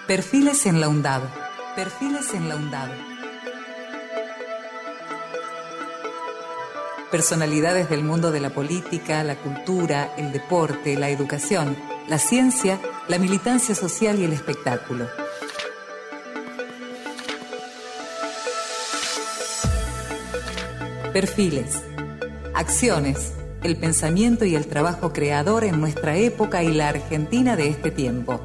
Perfiles en la UNDAB. Perfiles en la UNDAB. Personalidades del mundo de la política, la cultura, el deporte, la educación, la ciencia, la militancia social y el espectáculo. Perfiles. Acciones, el pensamiento y el trabajo creador en nuestra época y la Argentina de este tiempo.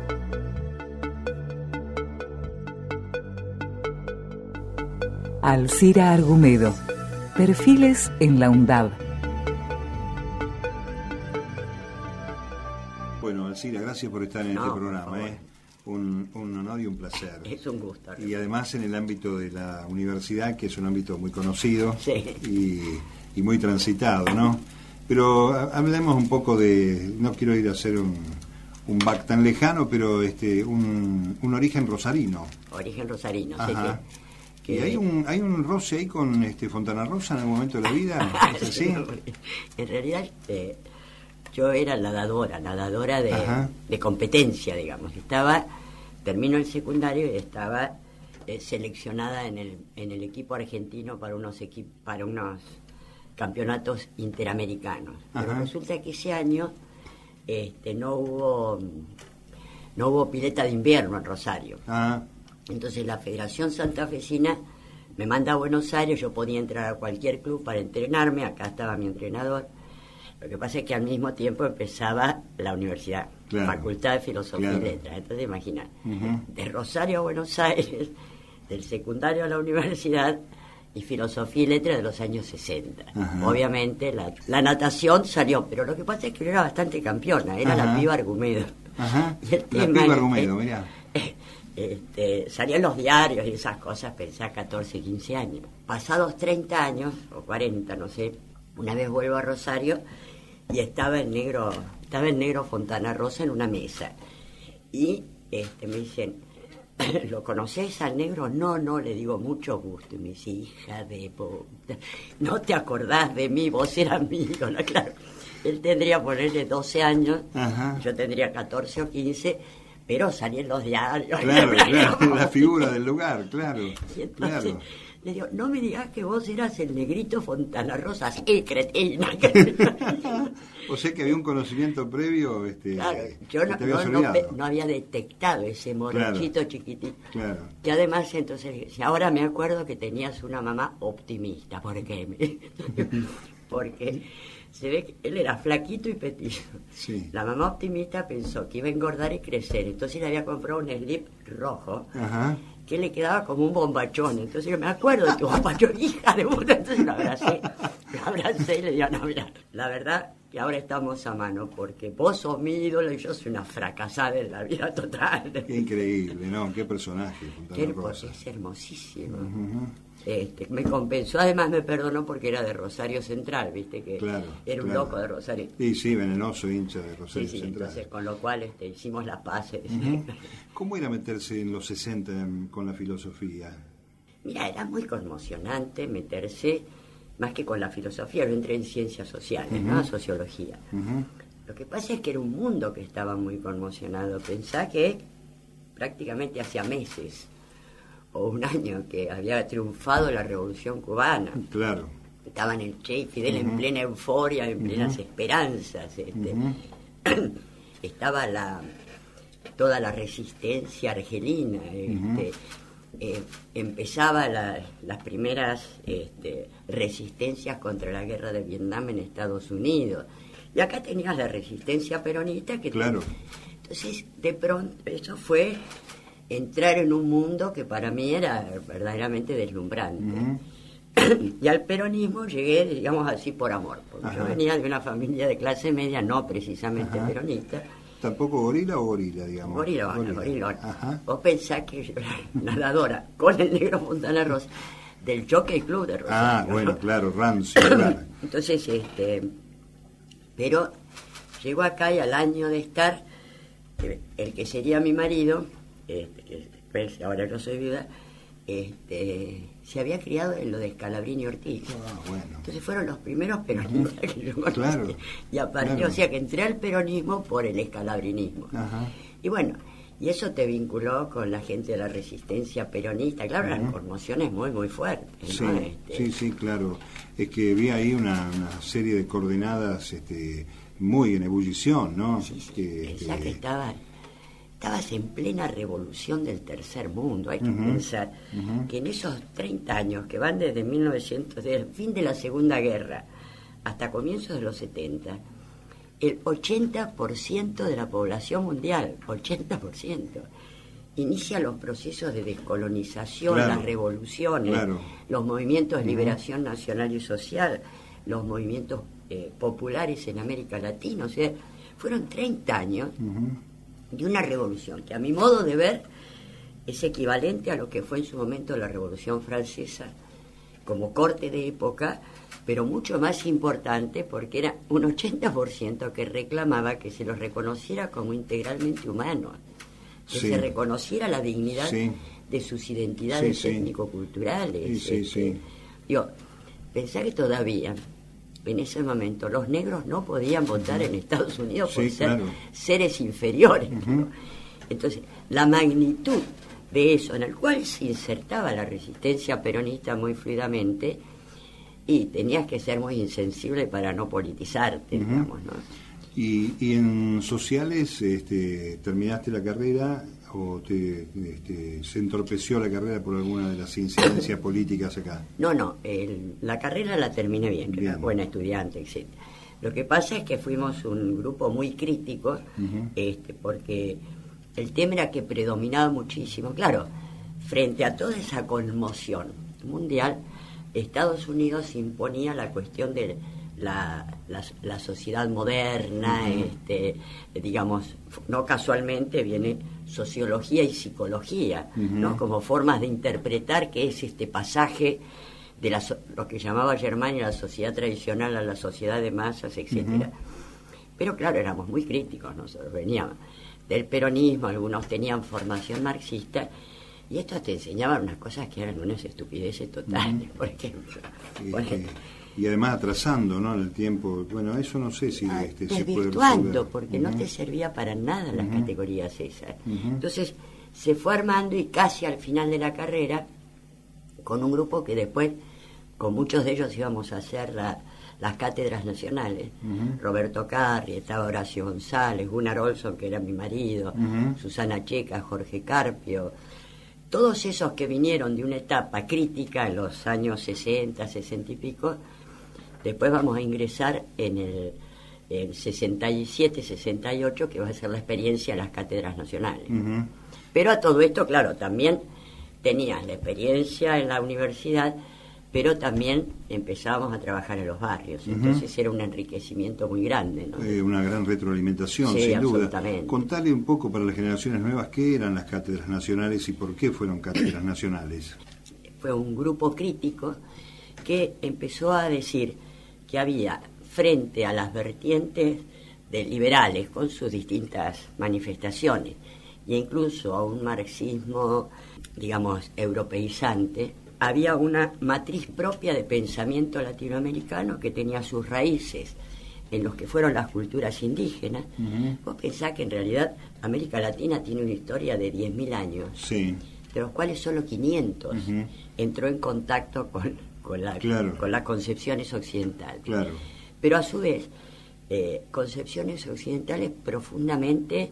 Alcira Argumedo. Perfiles en la UNDAB. Bueno, Alcira, gracias por estar en este programa. Un honor y un placer. Es un gusto. Y además en el ámbito de la universidad, que es un ámbito muy conocido, sí, y muy transitado, ¿no? Pero hablemos un poco de, no quiero ir a hacer un back tan lejano, pero un origen rosarino. Origen rosarino, ajá. Sí. ¿Y hay un roce ahí con Fontana Rosa en algún momento de la vida? ¿Es así? No, en realidad yo era nadadora de competencia, digamos. Termino el secundario y estaba seleccionada en el equipo argentino para unos campeonatos interamericanos. Ajá. Pero resulta que ese año no hubo pileta de invierno en Rosario. Ajá. Entonces la Federación Santafesina me manda a Buenos Aires. Yo podía entrar a cualquier club para entrenarme, acá estaba mi entrenador. Lo que pasa es que al mismo tiempo empezaba la universidad, claro, Facultad de Filosofía, claro, y Letras. Entonces imagina, de Rosario a Buenos Aires, del secundario a la universidad, y Filosofía y Letras de los años 60. Ajá. Obviamente la natación salió, pero lo que pasa es que yo era bastante campeona, era la piba Argumedo. Ajá. La piba Argumedo, mirá. Salían los diarios y esas cosas, pensé 14, 15 años. Pasados 30 años, o 40, no sé, una vez vuelvo a Rosario y estaba el negro Fontana Rosa en una mesa. Y me dicen, ¿lo conoces al negro? No, le digo, mucho gusto. Y me dice, hija de puta, no te acordás de mí, vos eras mi ídolo. Claro, él tendría, ponerle 12 años, ajá, yo tendría 14 o 15, pero salí en los diarios. Claro, la figura del lugar, claro. Y entonces claro, le digo, no me digas que vos eras el negrito Fontana Rosa, cretina. O sea que había un conocimiento previo, claro, yo no había detectado ese morochito, claro, chiquitito. Claro. Y además, entonces, ahora me acuerdo que tenías una mamá optimista, porque se ve que él era flaquito y petizo. Sí. La mamá optimista pensó que iba a engordar y crecer, entonces le había comprado un slip rojo, ajá, que le quedaba como un bombachón. Entonces yo me acuerdo de tu bombachón, hija de puta. Entonces lo abracé y le digo, no, mira, la verdad que ahora estamos a mano, porque vos sos mi ídolo y yo soy una fracasada en la vida total. Qué increíble, ¿no? Qué personaje, Fontana Rosa. Es hermosísimo. Me compensó, además me perdonó porque era de Rosario Central, viste que claro, era un loco de Rosario. Sí, venenoso hincha de Rosario Central. Entonces con lo cual hicimos las paces. ¿Cómo era meterse en los 60 con la filosofía? Mira, era muy conmocionante meterse, más que con la filosofía, yo entré en ciencias sociales, ¿no? Sociología. Lo que pasa es que era un mundo que estaba muy conmocionado. Pensá que prácticamente hacía meses o un año que había triunfado la Revolución Cubana. Claro. Estaban el Che y Fidel en plena euforia, en plenas esperanzas. Estaba toda la resistencia argelina. Empezaba las primeras resistencias contra la guerra de Vietnam en Estados Unidos. Y acá tenías la resistencia peronista que claro. Entonces, de pronto, eso fue entrar en un mundo que para mí era verdaderamente deslumbrante. Y al peronismo llegué, digamos así, por amor, porque yo venía de una familia de clase media, no precisamente peronista. ¿Tampoco gorila o gorila, digamos? Gorila. Vos pensás que yo era nadadora con el negro Fontana Rosa del Jockey Club de Rosario. Bueno, claro, Ramsey, claro. Entonces, pero llegó acá y al año de estar, el que sería mi marido, ahora yo soy viuda, se había criado en lo de Scalabrini Ortiz. Bueno. Entonces fueron los primeros peronistas que yo conocí. Claro. Y aparte, o sea que entré al peronismo por el escalabrinismo. Y bueno, Y eso te vinculó con la gente de la resistencia peronista. Claro, eran conmociones muy, muy fuertes, ¿no? Sí, claro. Es que vi ahí una serie de coordenadas muy en ebullición, ¿no? Pensá que estabas en plena revolución del tercer mundo. Hay que pensar que en esos 30 años que van desde 1900, desde el fin de la Segunda Guerra hasta comienzos de los 70, el 80% de la población mundial, 80%, inicia los procesos de descolonización, las revoluciones, los movimientos de liberación nacional y social, los movimientos populares en América Latina. O sea, fueron 30 años de una revolución que, a mi modo de ver, es equivalente a lo que fue en su momento la Revolución Francesa, como corte de época, pero mucho más importante porque era un 80% que reclamaba que se los reconociera como integralmente humanos, que se reconociera la dignidad de sus identidades étnico-culturales. Digo, pensá que todavía, en ese momento, los negros no podían votar en Estados Unidos por ser seres inferiores. Entonces, la magnitud de eso, en el cual se insertaba la resistencia peronista muy fluidamente, y tenías que ser muy insensible para no politizarte, digamos, ¿no? ¿Y en sociales terminaste la carrera o se entorpeció la carrera por alguna de las incidencias políticas acá? No, la carrera la terminé bien, era buena estudiante, etc. Lo que pasa es que fuimos un grupo muy crítico, porque el tema era que predominaba muchísimo. Claro, frente a toda esa conmoción mundial, Estados Unidos imponía la cuestión de la sociedad moderna, digamos, no casualmente viene sociología y psicología, ¿no? Como formas de interpretar qué es este pasaje de lo que llamaba Germania la sociedad tradicional a la sociedad de masas, etcétera. Pero claro, éramos muy críticos, nosotros veníamos del peronismo, algunos tenían formación marxista, y estos te enseñaban unas cosas que eran unas estupideces totales, por ejemplo. Y además atrasando, ¿no?, en el tiempo. Bueno, eso no sé si se puede desvirtuando, porque no te servía para nada las categorías esas. Entonces se fue armando, y casi al final de la carrera, con un grupo que después, con muchos de ellos íbamos a hacer las cátedras nacionales. Roberto Carri, estaba Horacio González, Gunnar Olson, que era mi marido, Susana Checa, Jorge Carpio, todos esos que vinieron de una etapa crítica en los años 60, 60 y pico. Después vamos a ingresar en el 67, 68, que va a ser la experiencia en las cátedras nacionales. Pero a todo esto, claro, también tenías la experiencia en la universidad, pero también empezábamos a trabajar en los barrios. Entonces era un enriquecimiento muy grande, ¿no? Una gran retroalimentación, sin duda. Contale un poco para las generaciones nuevas qué eran las cátedras nacionales y por qué fueron cátedras nacionales. Fue un grupo crítico que empezó a decir que había, frente a las vertientes de liberales con sus distintas manifestaciones, e incluso a un marxismo, digamos, europeizante, había una matriz propia de pensamiento latinoamericano que tenía sus raíces en los que fueron las culturas indígenas. Vos pensás que en realidad América Latina tiene una historia de 10.000 años, de los cuales solo 500 entró en contacto con las concepciones occidentales. Pero a su vez, concepciones occidentales profundamente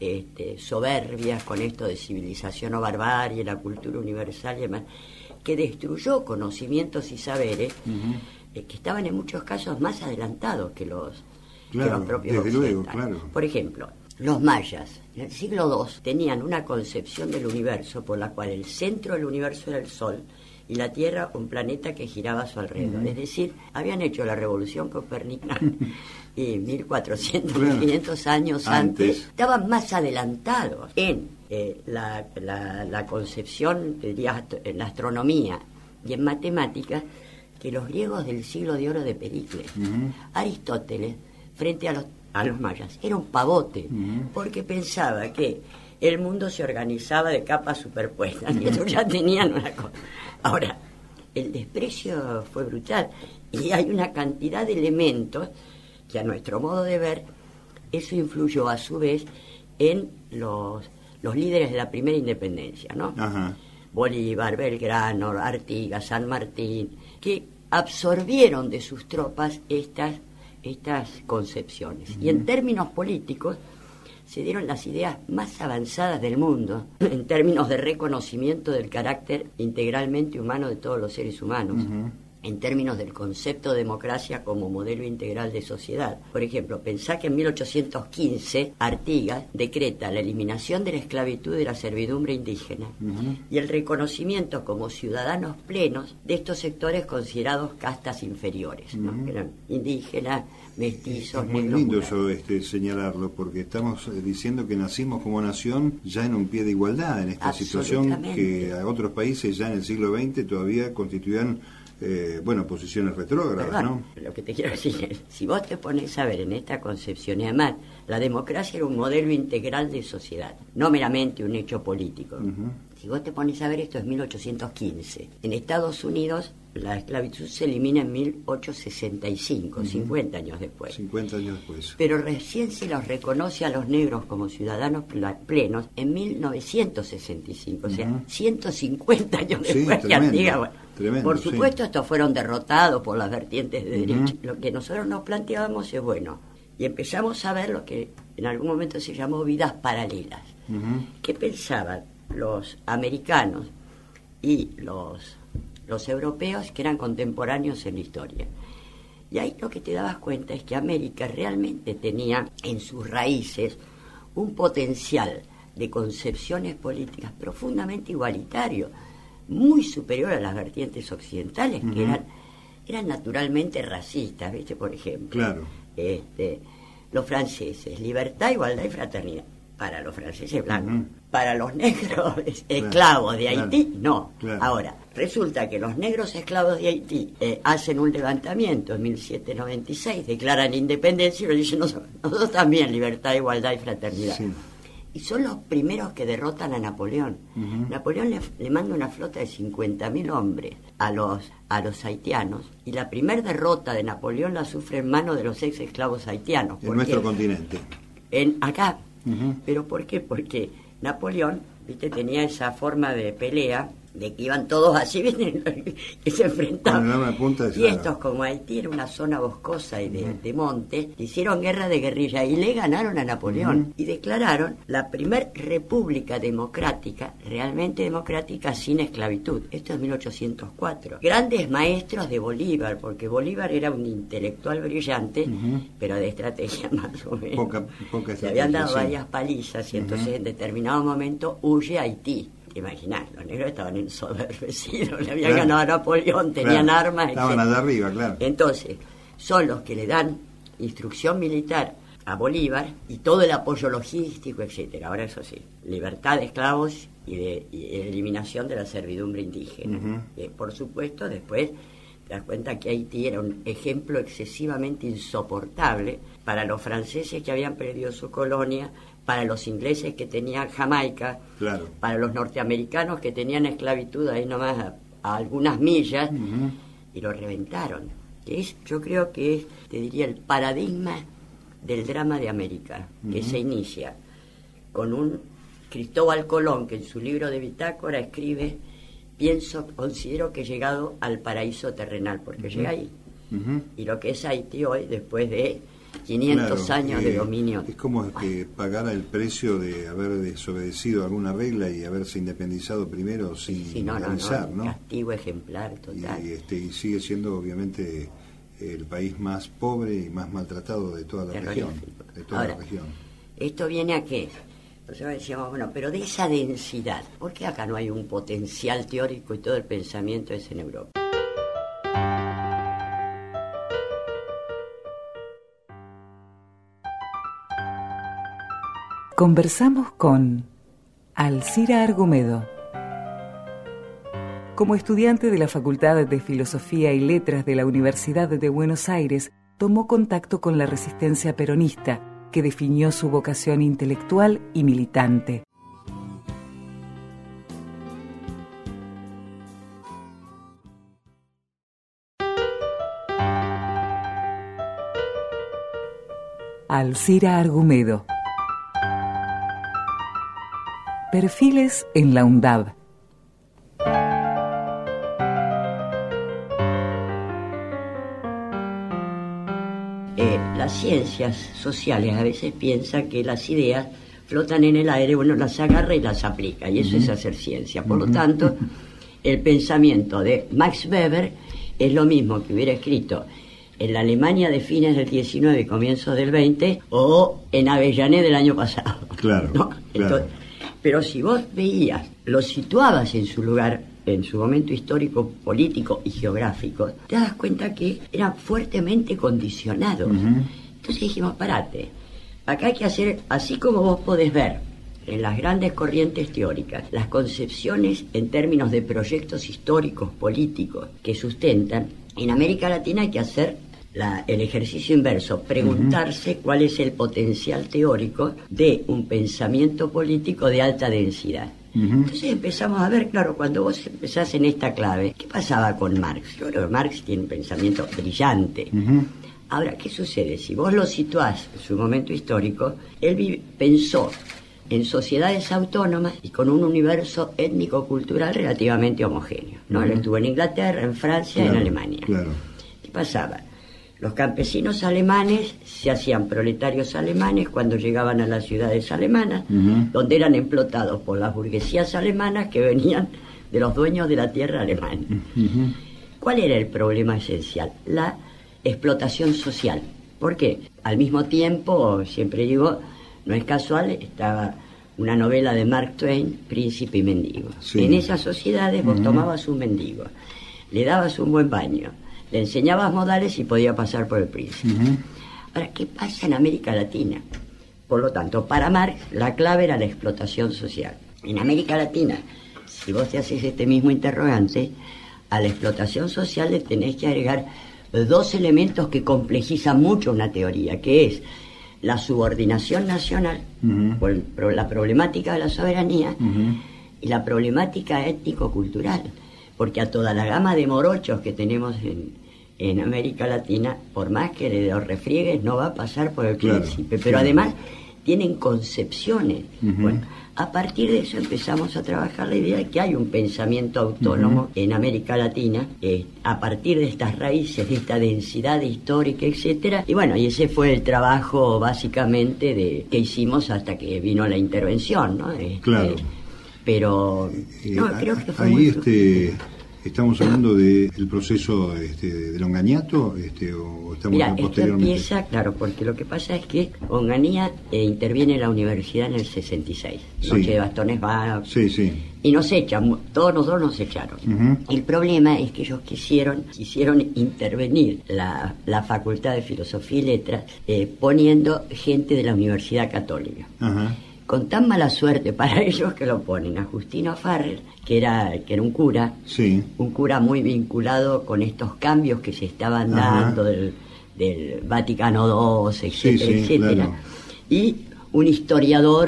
soberbias con esto de civilización o barbarie, la cultura universal y demás, que destruyó conocimientos y saberes que estaban en muchos casos más adelantados que los propios occidentales. Por ejemplo, los mayas en el siglo II tenían una concepción del universo por la cual el centro del universo era el Sol y la Tierra un planeta que giraba a su alrededor. Es decir, habían hecho la revolución copernicana y 1400, 1500 años antes estaban más adelantados en la concepción, diría, en la astronomía y en matemáticas que los griegos del siglo de oro de Pericles. Aristóteles, frente a los mayas, era un pavote, porque pensaba que el mundo se organizaba de capas superpuestas, y ellos ya tenían una cosa. Ahora, el desprecio fue brutal, y hay una cantidad de elementos que, a nuestro modo de ver, eso influyó a su vez en los líderes de la primera independencia, ¿no? Ajá. Bolívar, Belgrano, Artigas, San Martín, que absorbieron de sus tropas estas concepciones. Y en términos políticos se dieron las ideas más avanzadas del mundo en términos de reconocimiento del carácter integralmente humano de todos los seres humanos, en términos del concepto de democracia como modelo integral de sociedad. Por ejemplo, pensá que en 1815 Artigas decreta la eliminación de la esclavitud y de la servidumbre indígena y el reconocimiento como ciudadanos plenos de estos sectores considerados castas inferiores, ¿no? Que eran indígenas, mestizos, es muy lindo eso señalarlo, porque estamos diciendo que nacimos como nación ya en un pie de igualdad en esta situación que a otros países ya en el siglo XX todavía constituían posiciones retrógradas, ¿no? Lo que te quiero decir es, si vos te pones a ver en esta concepción, y además la democracia era un modelo integral de sociedad, no meramente un hecho político. Si vos te pones a ver, esto es 1815. En Estados Unidos la esclavitud se elimina en 1865, 50 años después. 50 años después. Pero recién se los reconoce a los negros como ciudadanos plenos en 1965, o sea, 150 años después que Artigas. Tremendo, por supuesto, estos fueron derrotados por las vertientes de derecha. Lo que nosotros nos planteábamos es, bueno, y empezamos a ver lo que en algún momento se llamó vidas paralelas. ¿Qué pensaban los americanos y los europeos que eran contemporáneos en la historia? Y ahí lo que te dabas cuenta es que América realmente tenía en sus raíces un potencial de concepciones políticas profundamente igualitario, muy superior a las vertientes occidentales, que eran naturalmente racistas, ¿viste? Por ejemplo, claro. Los franceses, libertad, igualdad y fraternidad. Para los franceses blancos. Para los negros esclavos de Haití, no. Claro. Ahora, resulta que los negros esclavos de Haití hacen un levantamiento en 1796, declaran independencia y lo dicen nosotros también, libertad, igualdad y fraternidad. Sí. Y son los primeros que derrotan a Napoleón. Napoleón le manda una flota de 50.000 hombres a los haitianos, y la primera derrota de Napoleón la sufre en manos de los ex esclavos haitianos. En nuestro continente. Acá. ¿Pero por qué? Porque Napoleón, ¿viste? Tenía esa forma de pelea, de que iban todos así, ¿viste? Que se enfrentaban. Y estos, como Haití era una zona boscosa y de monte, hicieron guerra de guerrilla y le ganaron a Napoleón. Y declararon la primer república democrática, realmente democrática, sin esclavitud. Esto es 1804. Grandes maestros de Bolívar, porque Bolívar era un intelectual brillante, pero de estrategia más o menos. Poca estrategia. Se habían dado varias palizas y entonces en determinado momento huye a Haití. Imaginás, los negros estaban ensoberbecidos, le habían ganado a Napoleón, tenían armas, estaban allá arriba, claro. Entonces, son los que le dan instrucción militar a Bolívar y todo el apoyo logístico, etcétera. Ahora, eso sí, libertad de esclavos y eliminación de la servidumbre indígena. Por supuesto, después te das cuenta que Haití era un ejemplo excesivamente insoportable para los franceses que habían perdido su colonia, para los ingleses que tenían Jamaica, claro, para los norteamericanos que tenían esclavitud ahí nomás a algunas millas, y lo reventaron. Yo creo que es, te diría, el paradigma del drama de América, que se inicia con un Cristóbal Colón, que en su libro de bitácora escribe: considero que he llegado al paraíso terrenal, porque llega ahí. Y lo que es Haití hoy, después de 500 años de dominio. Es como que pagara el precio de haber desobedecido alguna regla y haberse independizado primero sin realizar, ¿no? Castigo ejemplar total. Y sigue siendo obviamente el país más pobre y más maltratado de toda la región. Ahora, ¿esto viene a qué? Nosotros decíamos, bueno, pero de esa densidad, ¿por qué acá no hay un potencial teórico y todo el pensamiento es en Europa? Conversamos con Alcira Argumedo. Como estudiante de la Facultad de Filosofía y Letras de la Universidad de Buenos Aires, tomó contacto con la resistencia peronista, que definió su vocación intelectual y militante. Alcira Argumedo. Perfiles en la UNDAB. Las ciencias sociales a veces piensan que las ideas flotan en el aire, uno las agarra y las aplica, y eso es hacer ciencia. Por lo tanto, el pensamiento de Max Weber es lo mismo que hubiera escrito en la Alemania de fines del 19 y comienzos del 20 o en Avellaneda del año pasado. Claro, ¿no? claro. Entonces, pero si vos veías, lo situabas en su lugar, en su momento histórico, político y geográfico, te das cuenta que eran fuertemente condicionados. Entonces dijimos, parate, acá hay que hacer, así como vos podés ver en las grandes corrientes teóricas, las concepciones en términos de proyectos históricos, políticos, que sustentan, en América Latina hay que hacer el ejercicio inverso, preguntarse cuál es el potencial teórico de un pensamiento político de alta densidad. Entonces empezamos a ver, claro, cuando vos empezás en esta clave, ¿qué pasaba con Marx? Yo creo que Marx tiene un pensamiento brillante. Ahora, ¿qué sucede? Si vos lo situás en su momento histórico, él pensó en sociedades autónomas y con un universo étnico-cultural relativamente homogéneo, ¿no? Él estuvo en Inglaterra, en Francia, en Alemania. Claro. ¿Qué pasaba? Los campesinos alemanes se hacían proletarios alemanes cuando llegaban a las ciudades alemanas, donde eran explotados por las burguesías alemanas que venían de los dueños de la tierra alemana. ¿Cuál era el problema esencial? La explotación social. ¿Por qué? Al mismo tiempo, siempre digo, no es casual, estaba una novela de Mark Twain, Príncipe y Mendigo. Sí. En esas sociedades vos tomabas un mendigo, le dabas un buen baño, le enseñabas modales y podía pasar por el príncipe. Ahora, ¿qué pasa en América Latina? Por lo tanto, para Marx, la clave era la explotación social. En América Latina, si vos te haces este mismo interrogante, a la explotación social le tenés que agregar dos elementos que complejizan mucho una teoría, que es la subordinación nacional, por la problemática de la soberanía, y la problemática étnico-cultural, porque a toda la gama de morochos que tenemos en América Latina, por más que le refriegues, no va a pasar por el príncipe, pero además tienen concepciones. Bueno, a partir de eso empezamos a trabajar la idea de que hay un pensamiento autónomo en América Latina, a partir de estas raíces, de esta densidad histórica, etcétera. Y bueno, y ese fue el trabajo básicamente que hicimos hasta que vino la intervención, ¿no? Claro. Pero no, creo que fue ahí muy... ¿Estamos hablando del proceso del Onganiato o estamos posteriormente? Esto empieza, claro, porque lo que pasa es que Onganía interviene en la universidad en el 66. Noche de Bastones va... Sí. Y nos echan, todos nosotros nos echaron. El problema es que ellos quisieron intervenir la Facultad de Filosofía y Letras poniendo gente de la Universidad Católica. Con tan mala suerte para ellos que lo ponen a Justino Farrell, que era un cura, un cura muy vinculado con estos cambios que se estaban dando del Vaticano II, etcétera, etcétera, claro. Y un historiador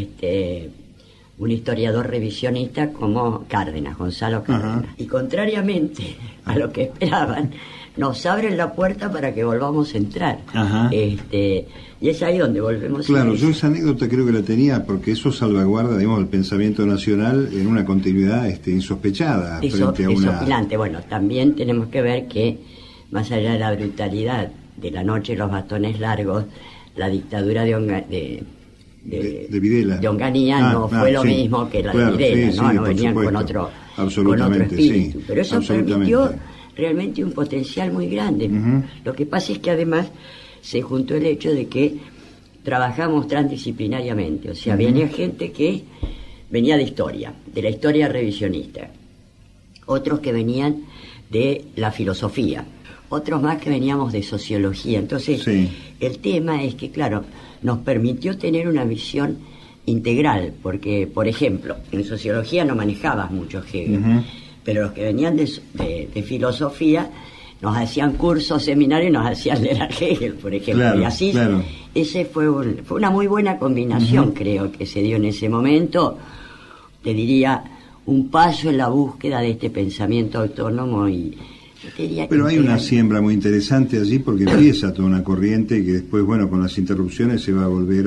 revisionista como Cárdenas, Gonzalo Cárdenas. Y contrariamente a lo que esperaban, nos abren la puerta para que volvamos a entrar. Y es ahí donde volvemos. Claro, yo esa anécdota creo que la tenía porque eso salvaguarda, digamos, el pensamiento nacional en una continuidad insospechada frente a una... Desopilante. Bueno, también tenemos que ver que, más allá de la brutalidad de la noche y los bastones largos, la dictadura de Videla. De Onganía no fue lo mismo que la de Videla, no venían con otro espíritu. Pero eso permitió realmente un potencial muy grande. Lo que pasa es que además se juntó el hecho de que trabajamos transdisciplinariamente, o sea, venía gente que venía de historia, de la historia revisionista, otros que venían de la filosofía, otros más que veníamos de sociología. Entonces, el tema es que, claro, nos permitió tener una visión integral, porque, por ejemplo, en sociología no manejabas mucho Hegel, pero los que venían de filosofía nos hacían cursos, seminarios y nos hacían leer a Hegel, por ejemplo. Y así, ese fue una muy buena combinación, creo, que se dio en ese momento. Te diría, un paso en la búsqueda de este pensamiento autónomo y... Pero hay una siembra muy interesante allí porque empieza toda una corriente que después, bueno, con las interrupciones se va a volver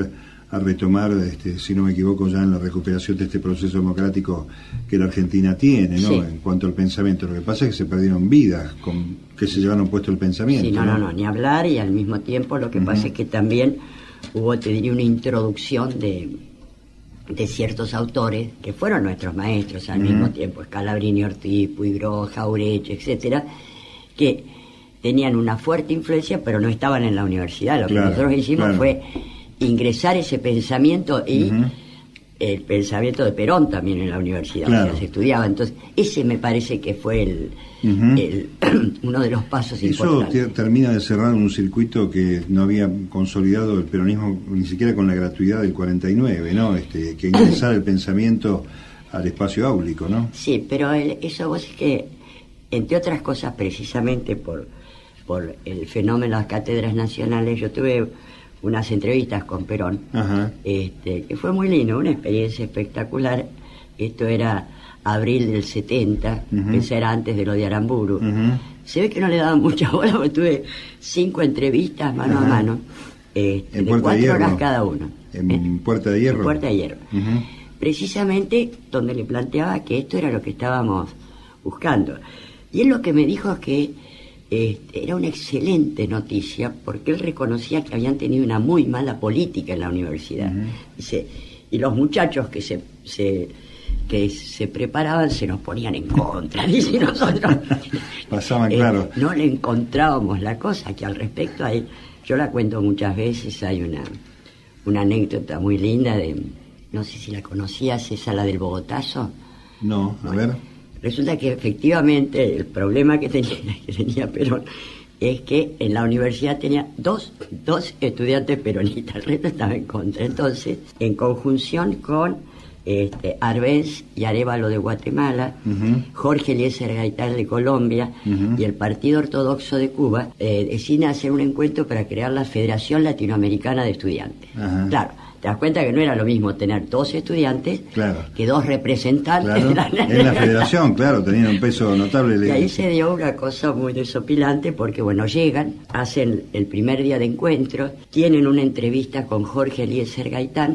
a retomar, si no me equivoco, ya en la recuperación de este proceso democrático que la Argentina tiene, ¿no? Sí. En cuanto al pensamiento. Lo que pasa es que se perdieron vidas que se llevaron puesto el pensamiento. Sí, no, ni hablar, y al mismo tiempo lo que pasa es que también hubo, te diría, una introducción de ciertos autores que fueron nuestros maestros al mismo tiempo, Scalabrini, Ortiz, Puigro, Jauretche, etcétera, que tenían una fuerte influencia, pero no estaban en la universidad. Lo que nosotros hicimos fue ingresar ese pensamiento y el pensamiento de Perón también en la universidad, o sea, se estudiaba. Entonces, ese me parece que fue uno de los pasos importantes. Eso termina de cerrar un circuito que no había consolidado el peronismo ni siquiera con la gratuidad del 49, ¿no? Que ingresar el pensamiento al espacio áulico, ¿no? Sí, pero eso vos es que, entre otras cosas, precisamente por el fenómeno de las cátedras nacionales, yo tuve unas entrevistas con Perón, que fue muy lindo, una experiencia espectacular. Esto era abril del 70, eso era antes de lo de Aramburu. Se ve que no le daban mucha bola, porque tuve 5 entrevistas mano a mano, de 4 horas cada uno. ¿En Puerta de Hierro? En Puerta de Hierro. Precisamente donde le planteaba que esto era lo que estábamos buscando. Y él lo que me dijo es que era una excelente noticia, porque él reconocía que habían tenido una muy mala política en la universidad. Dice, y los muchachos que se preparaban se nos ponían en contra, dice, nosotros pasaban, claro, no le encontrábamos la cosa, que al respecto hay, yo la cuento muchas veces, hay una anécdota muy linda no sé si la conocías, esa, la del Bogotazo. No, a ver. Resulta que efectivamente el problema que tenía Perón es que en la universidad tenía dos estudiantes peronistas, el resto estaba en contra. Entonces, en conjunción con Arbenz y Arévalo de Guatemala, Jorge Eliezer Gaitán de Colombia y el Partido Ortodoxo de Cuba, deciden hacer un encuentro para crear la Federación Latinoamericana de Estudiantes. Claro, te das cuenta que no era lo mismo tener 2 estudiantes que 2 representantes en la federación, claro, tenían un peso notable. Y ahí se dio una cosa muy desopilante, porque bueno, llegan, hacen el primer día de encuentro, tienen una entrevista con Jorge Eliezer Gaitán,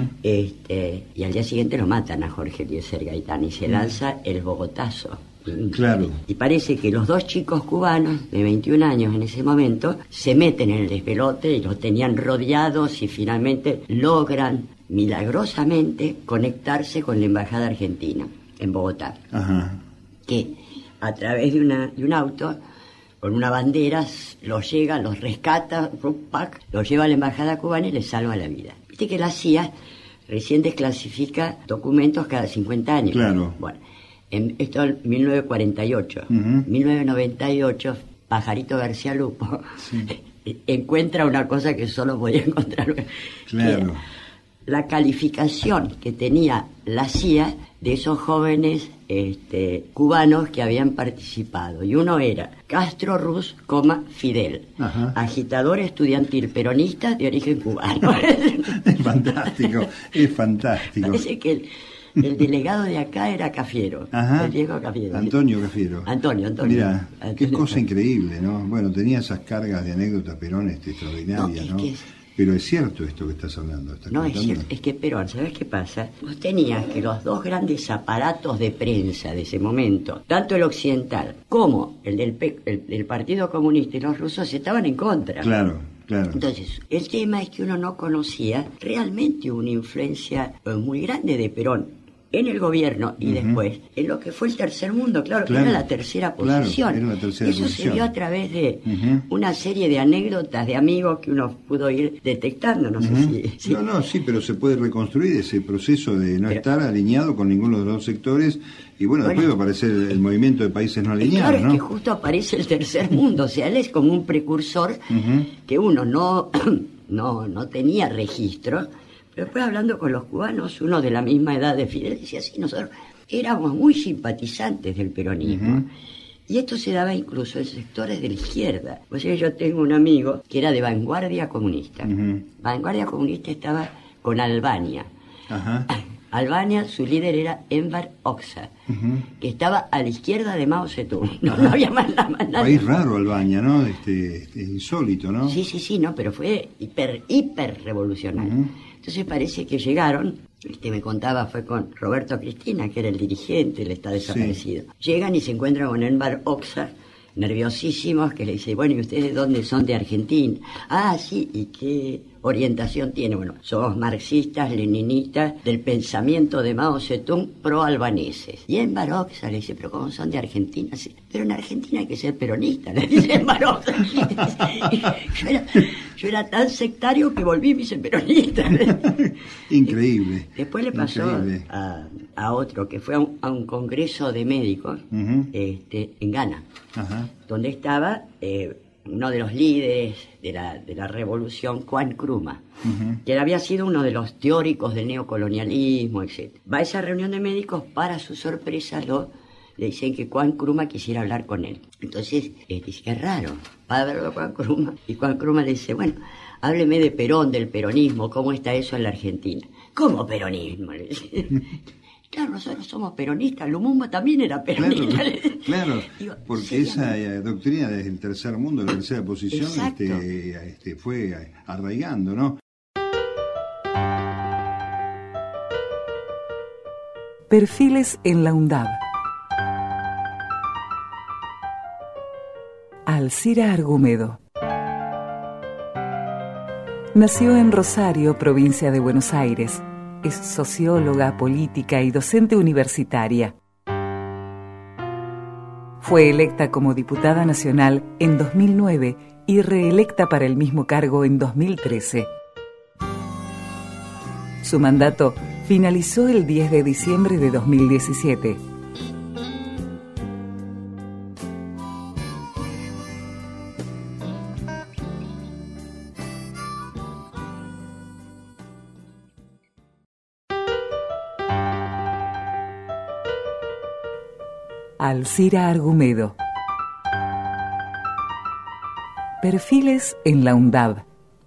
y al día siguiente lo matan a Jorge Eliezer Gaitán y se lanza el Bogotazo. Claro. Y parece que los 2 chicos cubanos de 21 años en ese momento se meten en el despelote y los tenían rodeados, y finalmente logran milagrosamente conectarse con la embajada argentina en Bogotá, que a través de un auto con una bandera los llega, los rescata, los lleva a la embajada cubana y les salva la vida. Viste que la CIA recién desclasifica documentos cada 50 años. Claro. Bueno, esto en 1948. 1998, Pajarito García Lupo encuentra una cosa que solo podía encontrar. Claro. La calificación que tenía la CIA de esos jóvenes cubanos que habían participado. Y uno era Castro Ruz, Fidel, agitador estudiantil peronista de origen cubano. Es fantástico, es fantástico. Parece que el delegado de acá era Cafiero, el viejo Cafiero. Antonio Cafiero. Antonio. Mira, qué cosa increíble, ¿no? Bueno, tenía esas cargas de anécdotas Perón extraordinarias, ¿no? Pero es cierto esto que estás hablando. No, es cierto. Es que Perón, ¿sabes qué pasa? Vos tenías que los 2 grandes aparatos de prensa de ese momento, tanto el occidental como el del Partido Comunista y los rusos, estaban en contra. Claro. Entonces, el tema es que uno no conocía realmente una influencia muy grande de Perón en el gobierno y después en lo que fue el tercer mundo, claro, que era la tercera posición. Era la tercera Eso posición. se dio a través de una serie de anécdotas de amigos que uno pudo ir detectando, no sé si... Sí, pero se puede reconstruir ese proceso de no estar alineado con ninguno de los 2 sectores, y bueno, después va a aparecer el movimiento de países no alineados, claro, es que justo aparece el tercer mundo, o sea, él es como un precursor que uno no tenía registro. Pero después, hablando con los cubanos, uno de la misma edad de Fidel, decía, sí, nosotros éramos muy simpatizantes del peronismo. Y esto se daba incluso en sectores de la izquierda. O sea, yo tengo un amigo que era de Vanguardia Comunista. Vanguardia Comunista estaba con Albania. Albania, su líder era Enver Hoxha, que estaba a la izquierda de Mao Zedong. No había más nada. País raro Albania, ¿no? Insólito, ¿no? Sí, no, pero fue hiper revolucionario. Entonces parece que llegaron, me contaba, fue con Roberto Cristina, que era el dirigente, él está desaparecido. Sí. Llegan y se encuentran con Enver Hoxha, nerviosísimos, que le dice, bueno, ¿y ustedes de dónde son? De Argentina. Ah, sí, ¿y qué orientación tiene? Bueno, somos marxistas, leninistas, del pensamiento de Mao Zedong, pro-albaneses. Y Enver Hoxha le dice, ¿pero cómo son de Argentina? Sí, pero en Argentina hay que ser peronista, le dice Enver Hoxha. Yo era tan sectario que volví viceperonista. Increíble. Después le pasó a otro, que fue a un congreso de médicos en Ghana, donde estaba uno de los líderes de la revolución, Kwame Nkrumah, que había sido uno de los teóricos del neocolonialismo, etc. Va a esa reunión de médicos, para su sorpresa le dicen que Kwame Nkrumah quisiera hablar con él. Entonces dice, qué raro, va a verlo Kwame Nkrumah. Y Kwame Nkrumah le dice, bueno, hábleme de Perón, del peronismo, ¿cómo está eso en la Argentina? ¿Cómo peronismo? Le dice. Claro, nosotros somos peronistas, Lumumba también era peronista. Claro, digo, porque ¿sí? Esa doctrina del tercer mundo, de la tercera posición, fue arraigando, ¿no? Perfiles en la UNDAB. Alcira Argumedo. Nació en Rosario, provincia de Buenos Aires. Es socióloga, política y docente universitaria. Fue electa como diputada nacional en 2009 y reelecta para el mismo cargo en 2013. Su mandato finalizó el 10 de diciembre de 2017. Alcira Argumedo. Perfiles en la UNDAB.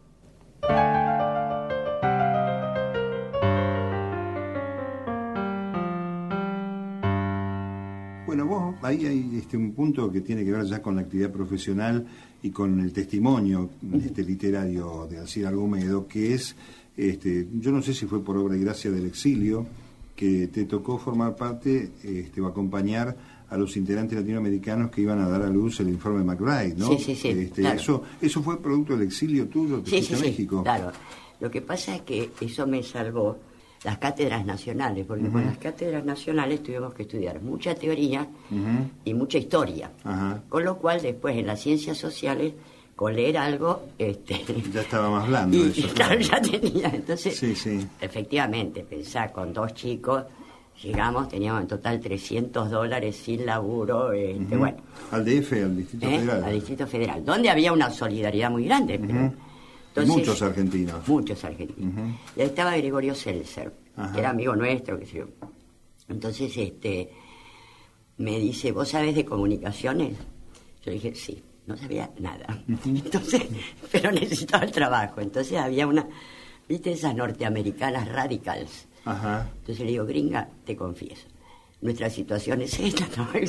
Bueno, vos, ahí hay un punto que tiene que ver ya con la actividad profesional y con el testimonio literario de Alcira Argumedo, que es, yo no sé si fue por obra y gracia del exilio, que te tocó formar parte o acompañar a los integrantes latinoamericanos que iban a dar a luz el informe McBride, ¿no? Sí, claro. ¿Eso fue producto del exilio tuyo? ¿Te fuiste a México? Claro. Lo que pasa es que eso me salvó las cátedras nacionales, porque con las cátedras nacionales tuvimos que estudiar mucha teoría y mucha historia. Con lo cual, después en las ciencias sociales, con leer algo... ya estaba más blando eso. Claro, ya tenía. Entonces, efectivamente, pensá, con 2 chicos... Llegamos, teníamos en total $300 sin laburo, bueno. ¿Al DF, al Distrito Federal? Al Distrito Federal, donde había una solidaridad muy grande. Pero, entonces, muchos argentinos. Y ahí estaba Gregorio Seltzer, que era amigo nuestro, que sé yo. Entonces, me dice, ¿vos sabés de comunicaciones? Yo le dije, sí, no sabía nada. Entonces, pero necesitaba el trabajo. Entonces había ¿viste esas norteamericanas radicals? Entonces le digo, gringa, te confieso, nuestra situación es esta.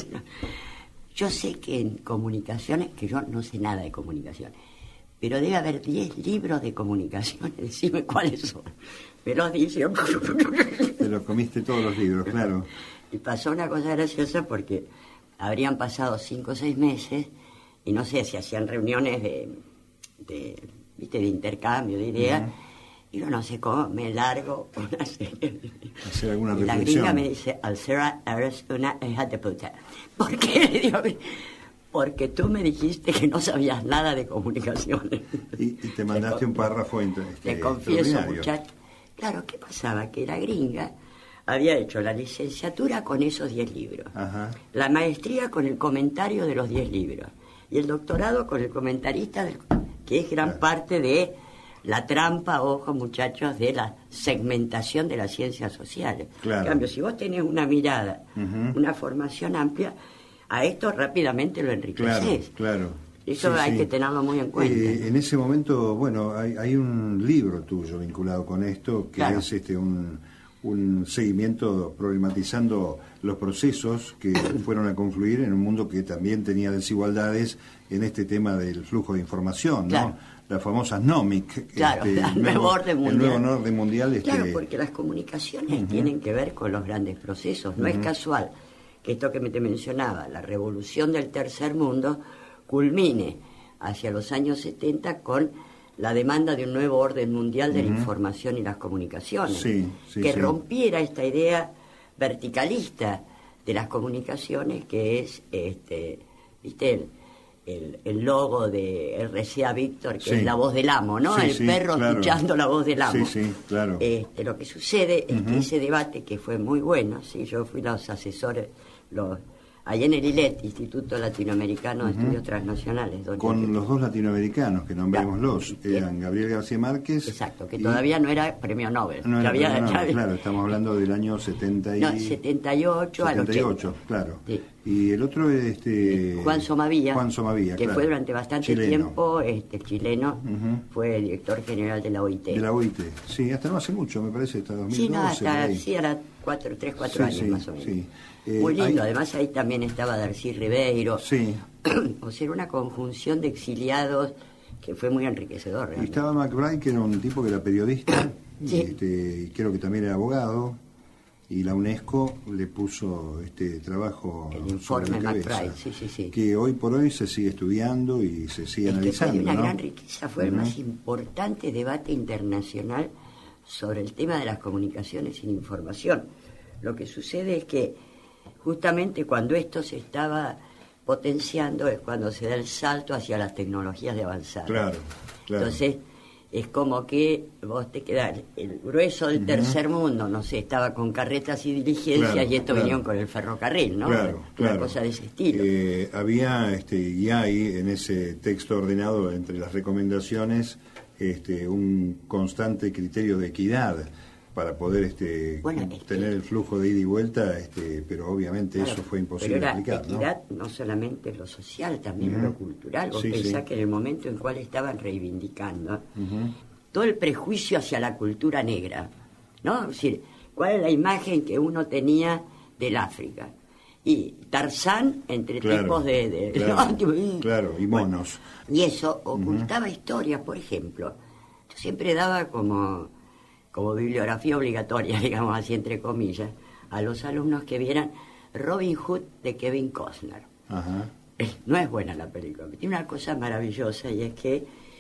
Yo sé que en comunicaciones, que yo no sé nada de comunicaciones, pero debe haber 10 libros de comunicaciones, decime cuáles son. Me los dice. Te los comiste todos los libros, claro. Y pasó una cosa graciosa porque habrían pasado 5 o 6 meses y no sé si hacían reuniones de intercambio de ideas. Y no sé cómo, me largo una serie. Hacer alguna reflexión. La gringa me dice, Alcira, eres una hija de puta. ¿Por qué? Le digo, porque tú me dijiste que no sabías nada de comunicaciones. Y te mandaste un párrafo te confieso, muchacho. Claro, ¿qué pasaba? Que la gringa había hecho la licenciatura con esos 10 libros, la maestría con el comentario de los 10 libros, y el doctorado con el comentarista, que es gran parte de... la trampa, ojo muchachos, de la segmentación de las ciencias sociales. Claro. En cambio, si vos tenés una mirada, una formación amplia, a esto rápidamente lo enriqueces. Claro. Eso hay que tenerlo muy en cuenta. En ese momento, bueno, hay un libro tuyo vinculado con esto, que es un seguimiento problematizando los procesos que fueron a confluir en un mundo que también tenía desigualdades en este tema del flujo de información, ¿no? las famosas NOMIC. Claro, el nuevo orden mundial. El nuevo orden mundial. Claro, porque las comunicaciones tienen que ver con los grandes procesos. No es casual que esto que te mencionaba, la revolución del tercer mundo, culmine hacia los años 70 con la demanda de un nuevo orden mundial de la información y las comunicaciones, que rompiera esta idea verticalista de las comunicaciones, que es ¿viste? El logo de RCA Víctor, que es la voz del amo, ¿no? El perro escuchando la voz del amo. Claro. Lo que sucede es que ese debate, que fue muy bueno, yo fui los asesores, allá en el ILET, Instituto Latinoamericano de Estudios Transnacionales. Con los dos latinoamericanos, que nombrémoslos, eran Gabriel García Márquez. Exacto, que todavía no era premio Nobel. No era premio Nobel, claro, estamos hablando del año 78 al 80. Claro. Sí. Y el otro es Juan Somavía, que fue durante bastante tiempo chileno, fue el director general de la OIT. De la OIT, sí, hasta no hace mucho, me parece, hasta 2012. Era 4 años más o menos. Sí. Muy lindo, además ahí también estaba Darcy Ribeiro. Sí. O sea, era una conjunción de exiliados que fue muy enriquecedor realmente. Y estaba McBride, que era un tipo que era periodista, y creo que también era abogado, y la UNESCO le puso este trabajo, el informe McBride, sí. Que hoy por hoy se sigue estudiando y se sigue analizando. Fue de una gran riqueza, fue el más importante debate internacional sobre el tema de las comunicaciones sin información. Lo que sucede es que justamente cuando esto se estaba potenciando es cuando se da el salto hacia las tecnologías de avanzada. Claro. Entonces, es como que vos te quedás, el grueso del tercer mundo, no sé, estaba con carretas y diligencias, y esto venían con el ferrocarril, ¿no? Una cosa de ese estilo. Había, y hay en ese texto ordenado entre las recomendaciones, un constante criterio de equidad para poder tener el flujo de ida y vuelta, pero obviamente eso fue imposible de aplicar. Pero equidad no solamente en lo social, también en lo cultural. Vos pensás que en el momento en cual estaban reivindicando todo el prejuicio hacia la cultura negra, ¿no? Es decir, ¿cuál es la imagen que uno tenía del África? Y Tarzán entre tipos de y monos. Y eso ocultaba historias, por ejemplo. Yo siempre daba como bibliografía obligatoria, digamos así, entre comillas, a los alumnos que vieran Robin Hood de Kevin Costner. No es buena la película, tiene una cosa maravillosa, y es que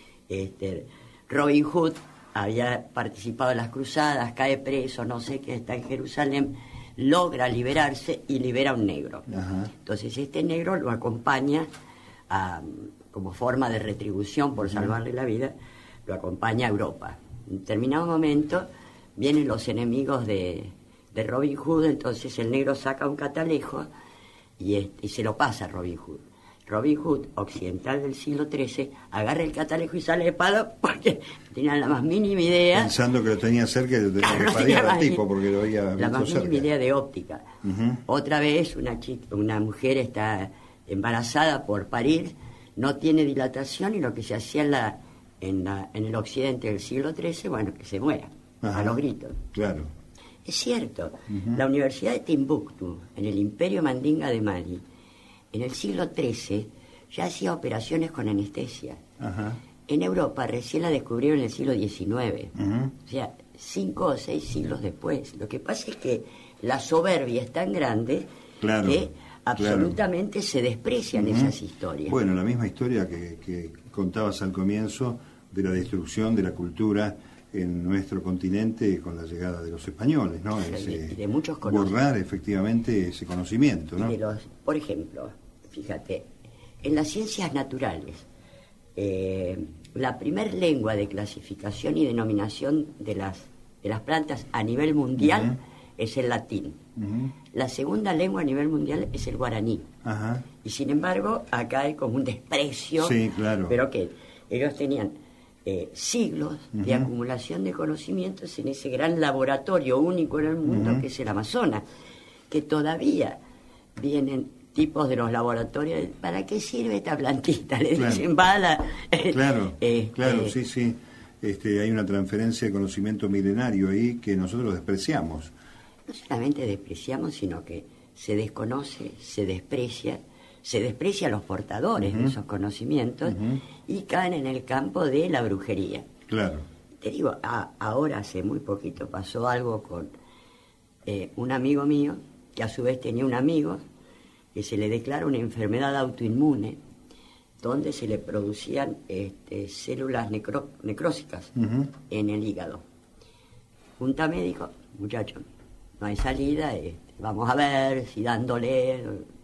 Robin Hood había participado en las cruzadas, cae preso, no sé qué, está en Jerusalén, logra liberarse y libera a un negro. Entonces este negro lo acompaña como forma de retribución por salvarle la vida, lo acompaña a Europa. En determinado momento vienen los enemigos de Robin Hood, entonces el negro saca un catalejo y se lo pasa a Robin Hood. Robin Hood, occidental del siglo XIII, agarra el catalejo y sale de palo porque tenían la más mínima idea. Pensando que lo tenía cerca y lo tenía que padear al tipo porque lo había visto cerca. La más mínima idea de óptica. Otra vez una mujer está embarazada por parir, no tiene dilatación, y lo que se hacía en el occidente del siglo XIII, que se muera a los gritos. Claro. Es cierto, la Universidad de Timbuktu, en el Imperio Mandinga de Mali, en el siglo XIII ya hacía operaciones con anestesia. En Europa recién la descubrieron en el siglo XIX, o sea, 5 o 6 siglos después. Lo que pasa es que la soberbia es tan grande que absolutamente se desprecian esas historias. Bueno, la misma historia que contabas al comienzo de la destrucción de la cultura en nuestro continente con la llegada de los españoles, ¿no? De muchos borrar efectivamente ese conocimiento, ¿no? Por ejemplo, fíjate, en las ciencias naturales, la primer lengua de clasificación y denominación de las plantas a nivel mundial es el latín. La segunda lengua a nivel mundial es el guaraní. Y sin embargo, acá hay como un desprecio, pero que ellos tenían siglos de acumulación de conocimientos en ese gran laboratorio único en el mundo que es el Amazonas, que todavía vienen tipos de los laboratorios. ¿Para qué sirve esta plantita? Le dicen bala. Sí. Hay una transferencia de conocimiento milenario ahí que nosotros despreciamos. No solamente despreciamos, sino que se desconoce, se desprecia, se desprecia a los portadores de esos conocimientos y caen en el campo de la brujería. Claro. Te digo, ahora hace muy poquito pasó algo con un amigo mío, que a su vez tenía un amigo, que se le declara una enfermedad autoinmune, donde se le producían células necrósicas en el hígado. Junta médico, muchacho, no hay salida, vamos a ver si dándole...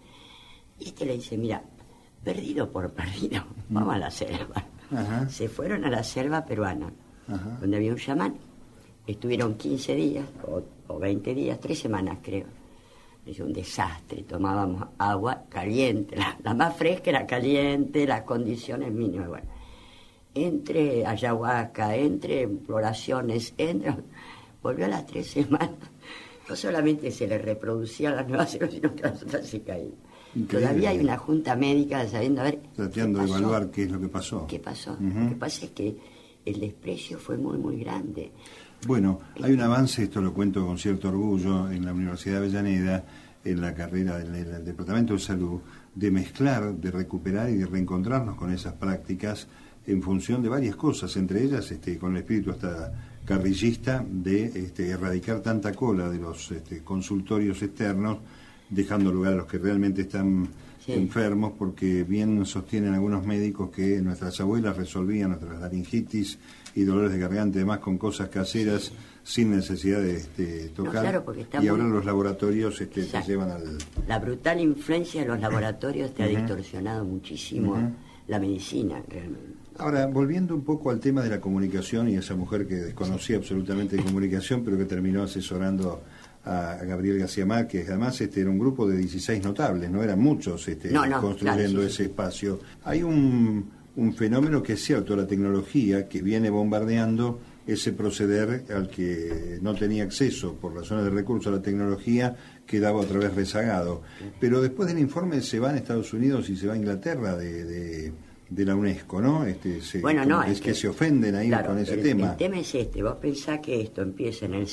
Y le dice, mira, perdido por perdido, vamos a la selva. Ajá. Se fueron a la selva peruana, donde había un chamán. Estuvieron 15 días, o 20 días, 3 semanas creo. Es un desastre, tomábamos agua caliente, la más fresca era caliente, las condiciones mínimas. Bueno, entre ayahuasca, entre exploraciones, volvió a las 3 semanas. No solamente se le reproducían las nuevas células, sino que las otras se caían. Increíble. Todavía hay una junta médica sabiendo a ver. Tratando de evaluar qué es lo que pasó. ¿Qué pasó? Lo que pasa es que el desprecio fue muy, muy grande. Bueno, hay un avance, esto lo cuento con cierto orgullo, en la Universidad de Avellaneda, en la carrera del Departamento de Salud, de mezclar, de recuperar y de reencontrarnos con esas prácticas en función de varias cosas, entre ellas con el espíritu hasta carrillista de erradicar tanta cola de los consultorios externos, dejando lugar a los que realmente están enfermos, porque bien sostienen algunos médicos que nuestras abuelas resolvían nuestras laringitis y dolores de garganta y demás con cosas caseras sin necesidad de tocar, no, claro, y ahora los laboratorios te llevan al... La brutal influencia de los laboratorios te ha distorsionado muchísimo la medicina, realmente. Ahora, volviendo un poco al tema de la comunicación y esa mujer que desconocía absolutamente de comunicación, pero que terminó asesorando a Gabriel García Márquez, además era un grupo de 16 notables, no eran muchos construyendo ese espacio. Hay un fenómeno que es cierto, la tecnología que viene bombardeando ese proceder al que no tenía acceso por razones de recurso a la tecnología, quedaba otra vez rezagado. Pero después del informe se va a Estados Unidos y se va a Inglaterra de la UNESCO, ¿no? Es que se ofenden ahí con ese tema. El tema es vos pensás que esto empieza en el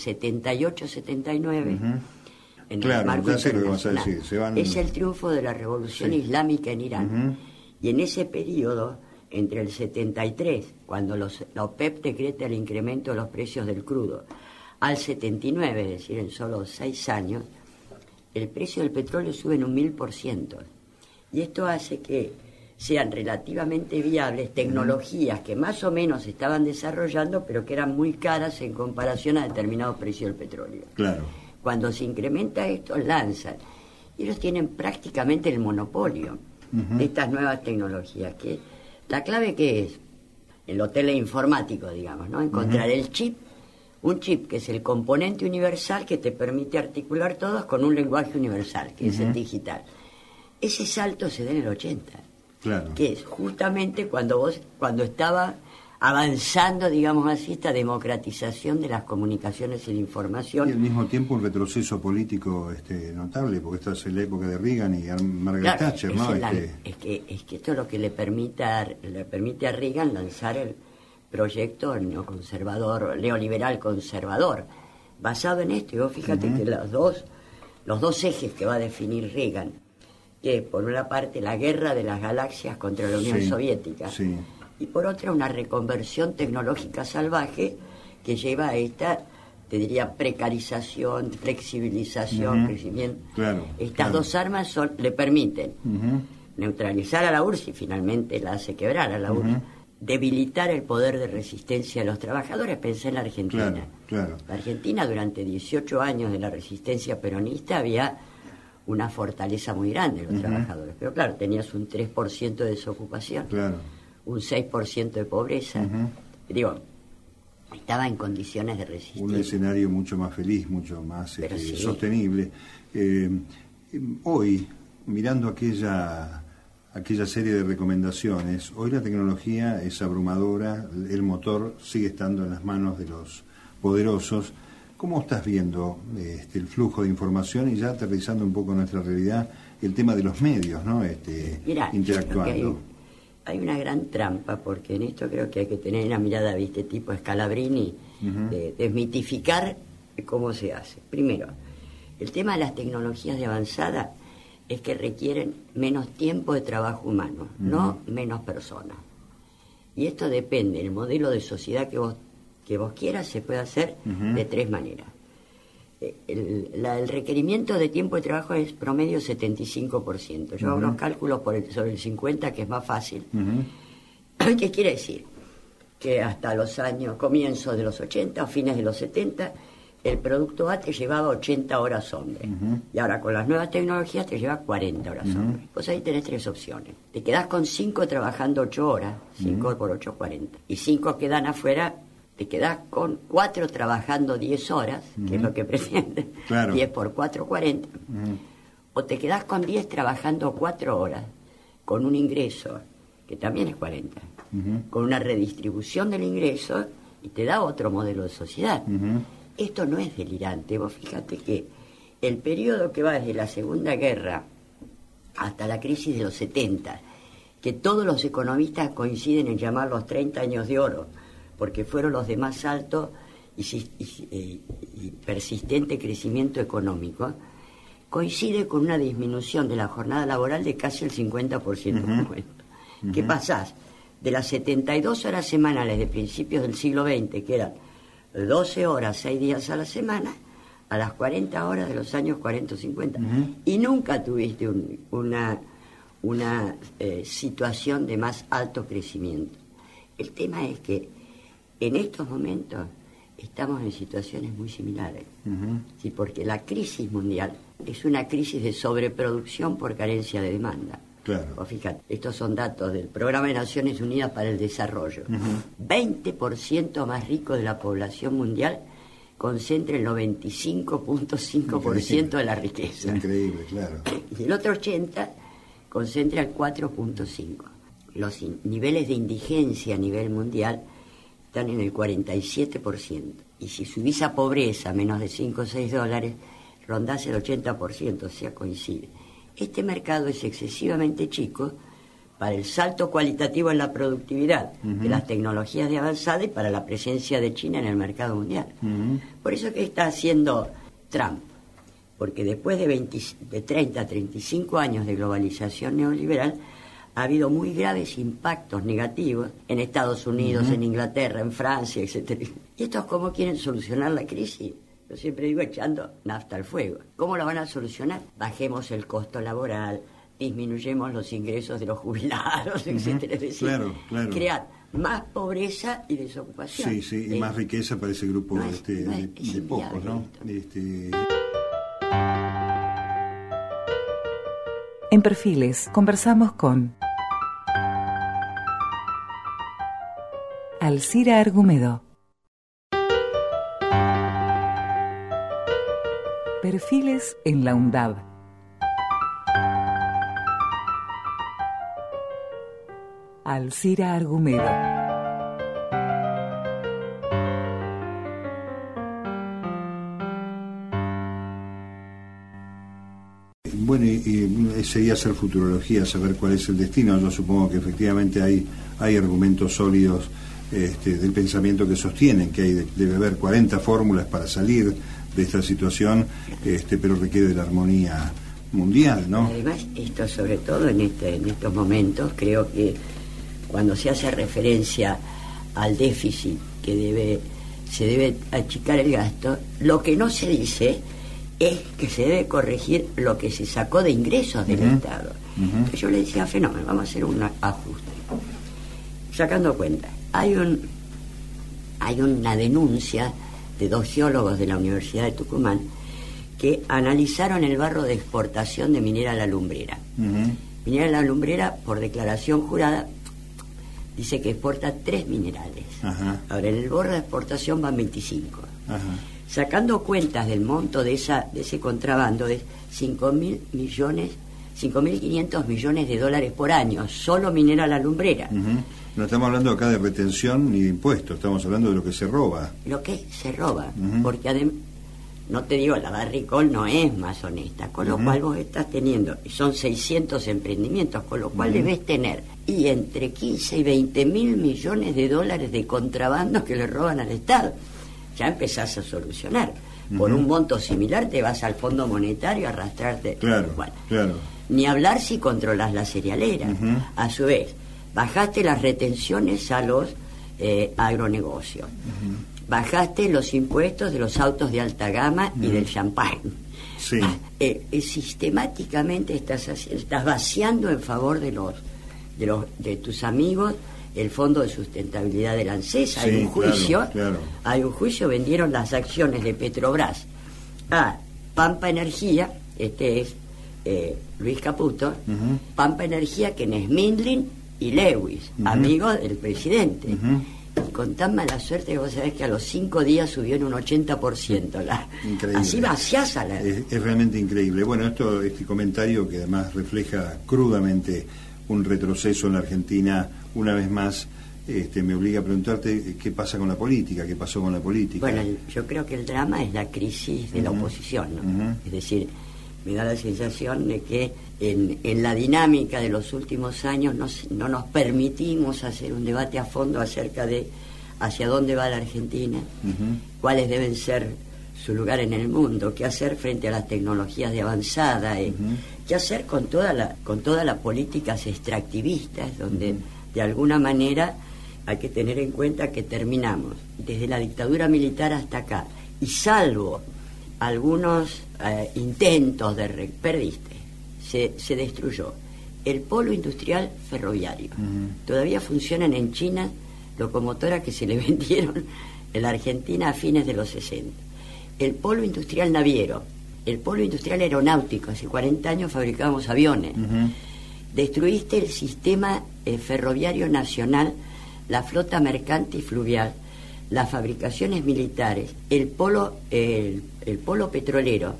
78-79, en el marco internacional. Es el triunfo de la revolución islámica en Irán. Y en ese periodo, entre el 73, cuando la OPEP decreta el incremento de los precios del crudo, al 79, es decir, en solo 6 años, el precio del petróleo sube en un 1000%. Y esto hace que sean relativamente viables tecnologías que más o menos se estaban desarrollando, pero que eran muy caras en comparación a determinado precio del petróleo. Claro. Cuando se incrementa esto, lanzan. Y ellos tienen prácticamente el monopolio de estas nuevas tecnologías. Que la clave que es, en lo teleinformático, digamos, ¿no? Encontrar el chip, un chip que es el componente universal que te permite articular todos con un lenguaje universal, que es el digital. Ese salto se da en el 80. Claro. Que es justamente cuando estaba avanzando, digamos así, esta democratización de las comunicaciones y la información. Y al mismo tiempo un retroceso político notable, porque esta es la época de Reagan y Margaret Thatcher, ¿no? Es que esto es lo que le permite a Reagan lanzar el proyecto neoliberal conservador, basado en esto. Y vos fíjate que los dos ejes que va a definir Reagan, que por una parte la guerra de las galaxias contra la Unión Soviética, y por otra una reconversión tecnológica salvaje que lleva a esta, te diría, precarización, flexibilización, crecimiento. Estas dos armas le permiten neutralizar a la URSS, y finalmente la hace quebrar a la URSS, debilitar el poder de resistencia de los trabajadores. Pensé en la Argentina. La Argentina, durante 18 años de la resistencia peronista, había una fortaleza muy grande de los trabajadores. Pero claro, tenías un 3% de desocupación, un 6% de pobreza. Digo, estaba en condiciones de resistir. Un escenario mucho más feliz, mucho más sostenible. Hoy, mirando aquella serie de recomendaciones, hoy la tecnología es abrumadora, el motor sigue estando en las manos de los poderosos. ¿Cómo estás viendo el flujo de información y ya aterrizando un poco en nuestra realidad, el tema de los medios, ¿no? Mirá, interactuando? Hay una gran trampa, porque en esto creo que hay que tener una mirada, tipo Scalabrini, de desmitificar cómo se hace. Primero, el tema de las tecnologías de avanzada es que requieren menos tiempo de trabajo humano, no menos personas. Y esto depende, el modelo de sociedad que vos quieras se puede hacer de 3 maneras. El requerimiento de tiempo de trabajo es promedio 75%. Yo hago unos cálculos sobre el 50%, que es más fácil. ¿Qué quiere decir? Que hasta los comienzos de los 80 o fines de los 70, el producto A te llevaba 80 horas hombre. Y ahora con las nuevas tecnologías te lleva 40 horas hombre. Pues ahí tenés 3 opciones. Te quedás con 5 trabajando 8 horas, 5 por 8, 40. Y 5 quedan afuera, te quedás con 4 trabajando 10 horas, que es lo que pretenden. Claro. 10 por 4, 40. O te quedás con 10 trabajando 4 horas, con un ingreso, que también es 40. Con una redistribución del ingreso, y te da otro modelo de sociedad. Esto no es delirante. Vos fíjate que el periodo que va desde la Segunda Guerra hasta la crisis de los 70, que todos los economistas coinciden en llamar los 30 años de oro, porque fueron los de más alto y persistente crecimiento económico, coincide con una disminución de la jornada laboral de casi el 50%. ¿Qué pasás? De las 72 horas semanales de principios del siglo XX, que eran 12 horas, 6 días a la semana, a las 40 horas de los años 40 o 50. Y nunca tuviste una situación de más alto crecimiento. El tema es que en estos momentos estamos en situaciones muy similares. Sí, porque la crisis mundial es una crisis de sobreproducción por carencia de demanda. Claro. Fíjate, estos son datos del Programa de Naciones Unidas para el Desarrollo. 20% más rico de la población mundial concentra el 95.5% de la riqueza. Increíble, claro. Y el otro 80% concentra el 4.5%. Los niveles de indigencia a nivel mundial están en el 47%. Y si subís a pobreza, menos de 5 o 6 dólares, rondás el 80%, o sea, coincide. Este mercado es excesivamente chico para el salto cualitativo en la productividad de las tecnologías de avanzada y para la presencia de China en el mercado mundial. Por eso que está haciendo Trump, porque después de 30 a 35 años de globalización neoliberal, ha habido muy graves impactos negativos en Estados Unidos, en Inglaterra, en Francia, etc. ¿Y estos cómo quieren solucionar la crisis? Yo siempre digo echando nafta al fuego. ¿Cómo lo van a solucionar? Bajemos el costo laboral, disminuyemos los ingresos de los jubilados, etcétera. Es decir, crear más pobreza y desocupación. Sí, y más riqueza para ese grupo de pocos, ¿no? En Perfiles conversamos con Alcira Argumedo. Perfiles en la UNDAB. Alcira Argumedo. Bueno, y sería hacer futurología, saber cuál es el destino. Yo supongo que efectivamente hay argumentos sólidos del pensamiento que sostienen que debe haber 40 fórmulas para salir de esta situación, pero requiere de la armonía mundial, ¿no? Además, esto sobre todo en estos momentos, creo que cuando se hace referencia al déficit que se debe achicar el gasto, lo que no se dice es que se debe corregir lo que se sacó de ingresos del Estado. Yo le decía, fenómeno, vamos a hacer un ajuste. Sacando cuenta, hay una denuncia de 2 geólogos de la Universidad de Tucumán que analizaron el barro de exportación de Minera La Lumbrera. Minera La Lumbrera, por declaración jurada, dice que exporta 3 minerales. Ahora, en el barro de exportación van 25. Sacando cuentas del monto de ese contrabando, es 5.500 millones de dólares por año, solo Minera La Lumbrera. No estamos hablando acá de retención ni de impuestos, estamos hablando de lo que se roba. Lo que se roba, porque además, no te digo, la Barrick no es más honesta, con lo cual vos estás teniendo, son 600 emprendimientos, con lo cual debes tener y entre 15 y 20 mil millones de dólares de contrabando que le roban al Estado. ya empezás a solucionar. Por un monto similar te vas al Fondo Monetario a arrastrarte. Claro, bueno, claro. Ni hablar si controlas la cerealera. A su vez, bajaste las retenciones a los agronegocios. Bajaste los impuestos de los autos de alta gama y del champán. Sí. Sistemáticamente estás vaciando en favor de tus amigos el Fondo de Sustentabilidad del ANSES. Hay un juicio, hay un juicio, vendieron las acciones de Petrobras a Pampa Energía, este es Luis Caputo, Pampa Energía, que es Mindlin y Lewis, amigos del presidente. Y con tan mala suerte que vos sabés que a los 5 días subió en un 80%. Así vaciás a la... Es realmente increíble. Bueno, este comentario que además refleja crudamente un retroceso en la Argentina, una vez más, me obliga a preguntarte qué pasa con la política, qué pasó con la política. Bueno, yo creo que el drama es la crisis de la oposición, ¿no? Es decir, me da la sensación de que en la dinámica de los últimos años no nos permitimos hacer un debate a fondo acerca de hacia dónde va la Argentina, cuáles deben ser su lugar en el mundo, qué hacer frente a las tecnologías de avanzada, qué hacer con todas las políticas extractivistas, donde de alguna manera hay que tener en cuenta que terminamos desde la dictadura militar hasta acá, y salvo algunos intentos de perdiste, se destruyó el polo industrial ferroviario. Todavía funcionan en China locomotoras que se le vendieron en la Argentina a fines de los 60. El polo industrial naviero, el polo industrial aeronáutico, hace 40 años fabricábamos aviones. Destruiste el sistema ferroviario nacional, la flota mercante y fluvial, las fabricaciones militares, el polo petrolero.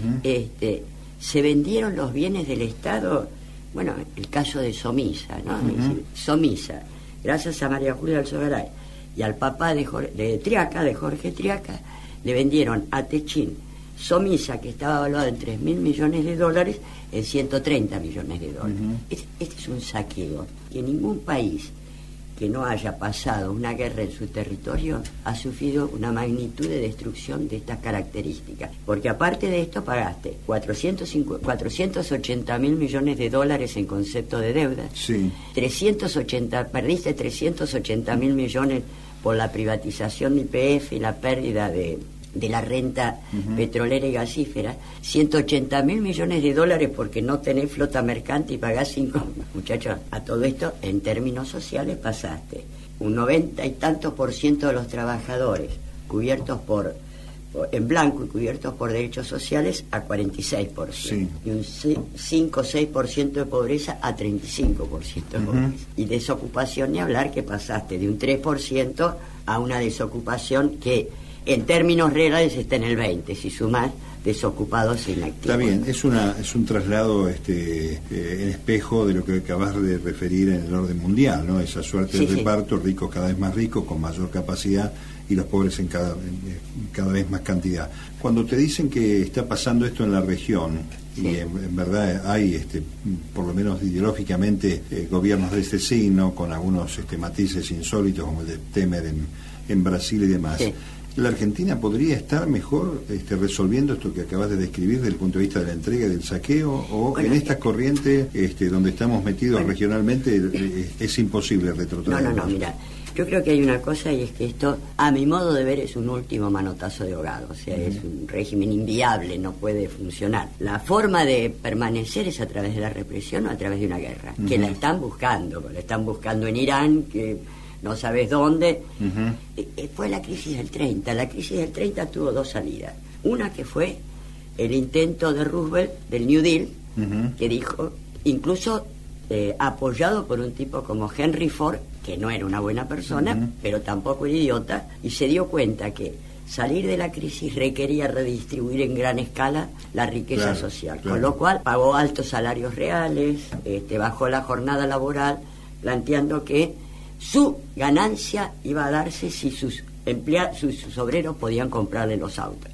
Se vendieron los bienes del Estado. Bueno, el caso de Somisa, ¿no? Es decir, Somisa, gracias a María Julia Alzogaray y al papá de Jorge Triaca, le vendieron a Techín Somisa, que estaba valuado en $3.000 millones, en $130 millones. Este es un saqueo que ningún país que no haya pasado una guerra en su territorio ha sufrido una magnitud de destrucción de estas características, porque aparte de esto pagaste $480.000 millones en concepto de deuda. Perdiste $380.000 millones por la privatización de YPF y la pérdida de la renta petrolera y gasífera, $180.000 millones porque no tenés flota mercante y pagás 5. Muchachos, a todo esto, en términos sociales, pasaste un 90 y tantos % de los trabajadores cubiertos en blanco y cubiertos por derechos sociales a 46%, y un 5 o 6% de pobreza a 35% de pobreza. Y desocupación, ni hablar, que pasaste de un 3% a una desocupación que en términos reales está en el 20%, si sumás desocupados e inactivos. Está bien, es un traslado en espejo de lo que acabas de referir en el orden mundial, ¿no? Esa suerte de reparto, ricos cada vez más ricos, con mayor capacidad, y los pobres en cada vez más cantidad. Cuando te dicen que está pasando esto en la región, y en verdad hay, por lo menos ideológicamente, gobiernos de este signo, con algunos matices insólitos, como el de Temer en Brasil y demás, ¿la Argentina podría estar mejor resolviendo esto que acabas de describir desde el punto de vista de la entrega y del saqueo? ¿O en esta corriente donde estamos metidos regionalmente es imposible retrotraer? No, mira, yo creo que hay una cosa, y es que esto, a mi modo de ver, es un último manotazo de ahogado. O sea, es un régimen inviable, no puede funcionar. La forma de permanecer es a través de la represión o a través de una guerra, que la están buscando en Irán, que no sabes dónde. Fue la crisis del 30. La crisis del 30 tuvo dos salidas. Una que fue el intento de Roosevelt del New Deal, que dijo, incluso apoyado por un tipo como Henry Ford, que no era una buena persona, pero tampoco era idiota, y se dio cuenta que salir de la crisis requería redistribuir en gran escala la riqueza social, con lo cual pagó altos salarios reales, bajó la jornada laboral, planteando que su ganancia iba a darse si sus obreros podían comprarle los autos.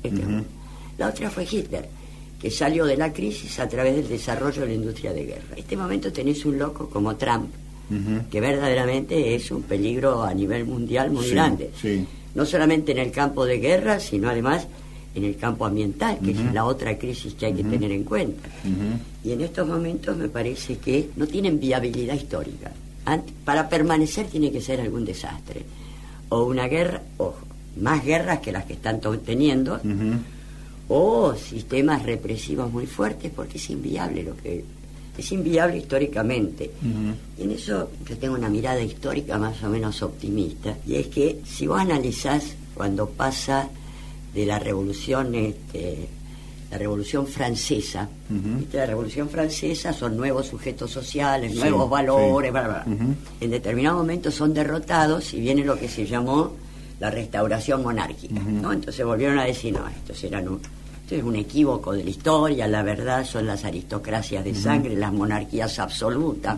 La otra fue Hitler, que salió de la crisis a través del desarrollo de la industria de guerra. En este momento tenés un loco como Trump, que verdaderamente es un peligro a nivel mundial muy grande. no solamente en el campo de guerra, sino además en el campo ambiental, que es la otra crisis que hay que tener en cuenta. Y en estos momentos me parece que no tienen viabilidad histórica. Para permanecer tiene que ser algún desastre, o una guerra, o más guerras que las que están teniendo, o sistemas represivos muy fuertes, porque es inviable es inviable históricamente. Y en eso yo tengo una mirada histórica más o menos optimista, y es que si vos analizás cuando pasa de la revolución francesa, ¿viste? La revolución francesa son nuevos sujetos sociales, nuevos valores, bla, bla. En determinado momento son derrotados y viene lo que se llamó la restauración monárquica, ¿no? Entonces volvieron a decir, no, esto es un equívoco de la historia, la verdad son las aristocracias de sangre, las monarquías absolutas,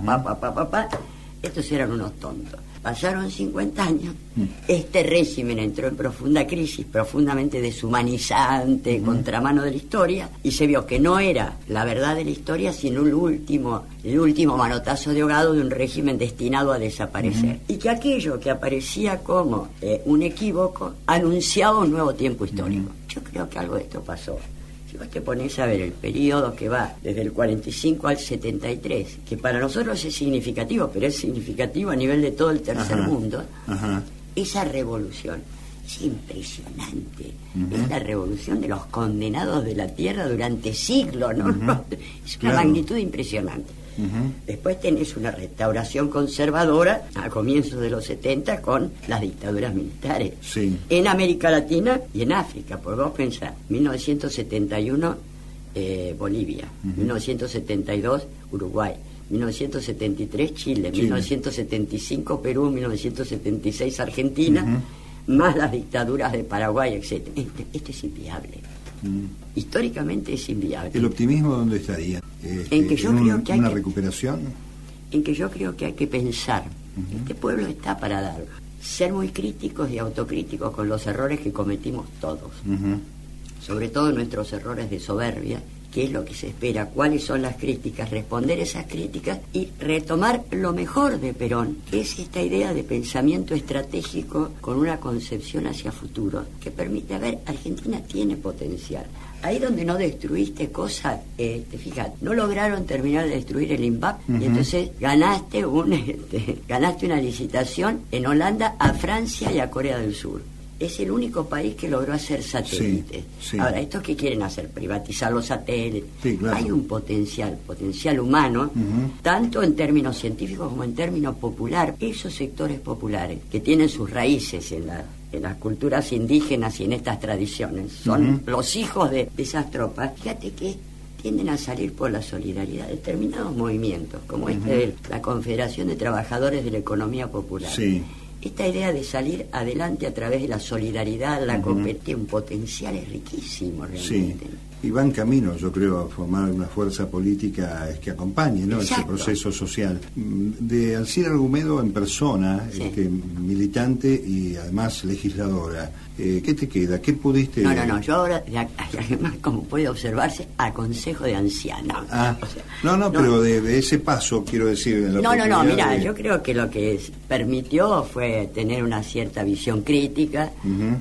estos eran unos tontos. Pasaron 50 años, este régimen entró en profunda crisis, profundamente deshumanizante, contramano de la historia, y se vio que no era la verdad de la historia, sino el último manotazo de ahogado de un régimen destinado a desaparecer. Y que aquello que aparecía como un equívoco anunciaba un nuevo tiempo histórico. Yo creo que algo de esto pasó. Si vos te ponés a ver el periodo que va desde el 45 al 73, que para nosotros es significativo, pero es significativo a nivel de todo el tercer mundo, esa revolución es impresionante. Es la revolución de los condenados de la tierra durante siglos, ¿no? Es una magnitud impresionante. Después tenés una restauración conservadora a comienzos de los 70 con las dictaduras militares en América Latina y en África. Por vos pensás, 1971 Bolivia, 1972 Uruguay, 1973 Chile, 1975 Perú, 1976 Argentina, más las dictaduras de Paraguay, etc. Esto es inviable. Históricamente es inviable. ¿El optimismo dónde estaría? En que yo creo que hay una recuperación. En que yo creo que hay que pensar. Este pueblo está para dar. Ser muy críticos y autocríticos con los errores que cometimos todos. Sobre todo nuestros errores de soberbia. ¿Qué es lo que se espera? ¿Cuáles son las críticas? Responder esas críticas y retomar lo mejor de Perón, que es esta idea de pensamiento estratégico con una concepción hacia futuro, que permite, Argentina tiene potencial. Ahí donde no destruiste cosas, te fijas, no lograron terminar de destruir el INVAP, y entonces ganaste una licitación en Holanda a Francia y a Corea del Sur. Es el único país que logró hacer satélites. Ahora, ¿estos qué quieren hacer? Privatizar los satélites. Claro. Hay un potencial humano, tanto en términos científicos como en términos populares. Esos sectores populares que tienen sus raíces en las culturas indígenas y en estas tradiciones, son los hijos de esas tropas. Fíjate que tienden a salir por la solidaridad. Determinados movimientos, como de la Confederación de Trabajadores de la Economía Popular. Esta idea de salir adelante a través de la solidaridad, la competencia, un potencial es riquísimo realmente. Y va en camino, yo creo, a formar una fuerza política que acompañe, ¿no?, ese proceso social. De Alcira Argumedo en persona, militante y además legisladora, ¿qué te queda? ¿Qué pudiste...? No, yo ahora, además, como puede observarse, a consejo de ancianos. Pero de ese paso, quiero decir... Mira, yo creo que lo que permitió fue tener una cierta visión crítica.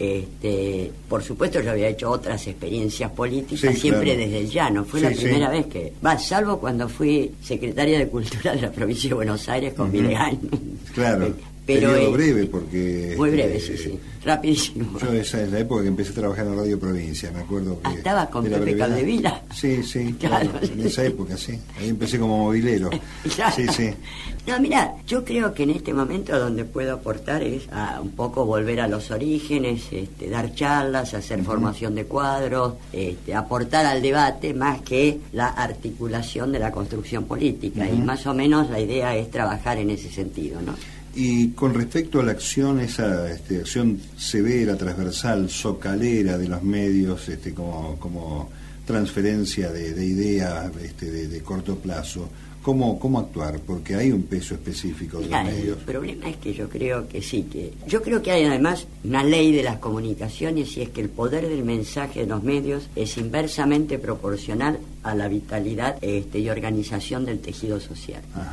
Por supuesto, yo había hecho otras experiencias políticas, siempre desde el llano. Fue la primera vez que... salvo cuando fui secretaria de Cultura de la provincia de Buenos Aires con Vilegain. Claro. Pero breve, porque... Muy breve, rapidísimo. Yo esa es la época que empecé a trabajar en Radio Provincia, me acuerdo que... ¿Estabas con Pepe Capdevila? Sí, claro, en esa época, ahí empecé como movilero. Claro. No, mira, yo creo que en este momento donde puedo aportar es a un poco volver a los orígenes, dar charlas, hacer formación de cuadros, aportar al debate más que la articulación de la construcción política. Y más o menos la idea es trabajar en ese sentido, ¿no? Y con respecto a la acción, esa acción severa, transversal, socalera de los medios, como transferencia de ideas de corto plazo, ¿cómo actuar? Porque hay un peso específico de los medios. El problema es que yo creo que yo creo que hay además una ley de las comunicaciones, y es que el poder del mensaje de los medios es inversamente proporcional a la vitalidad y organización del tejido social.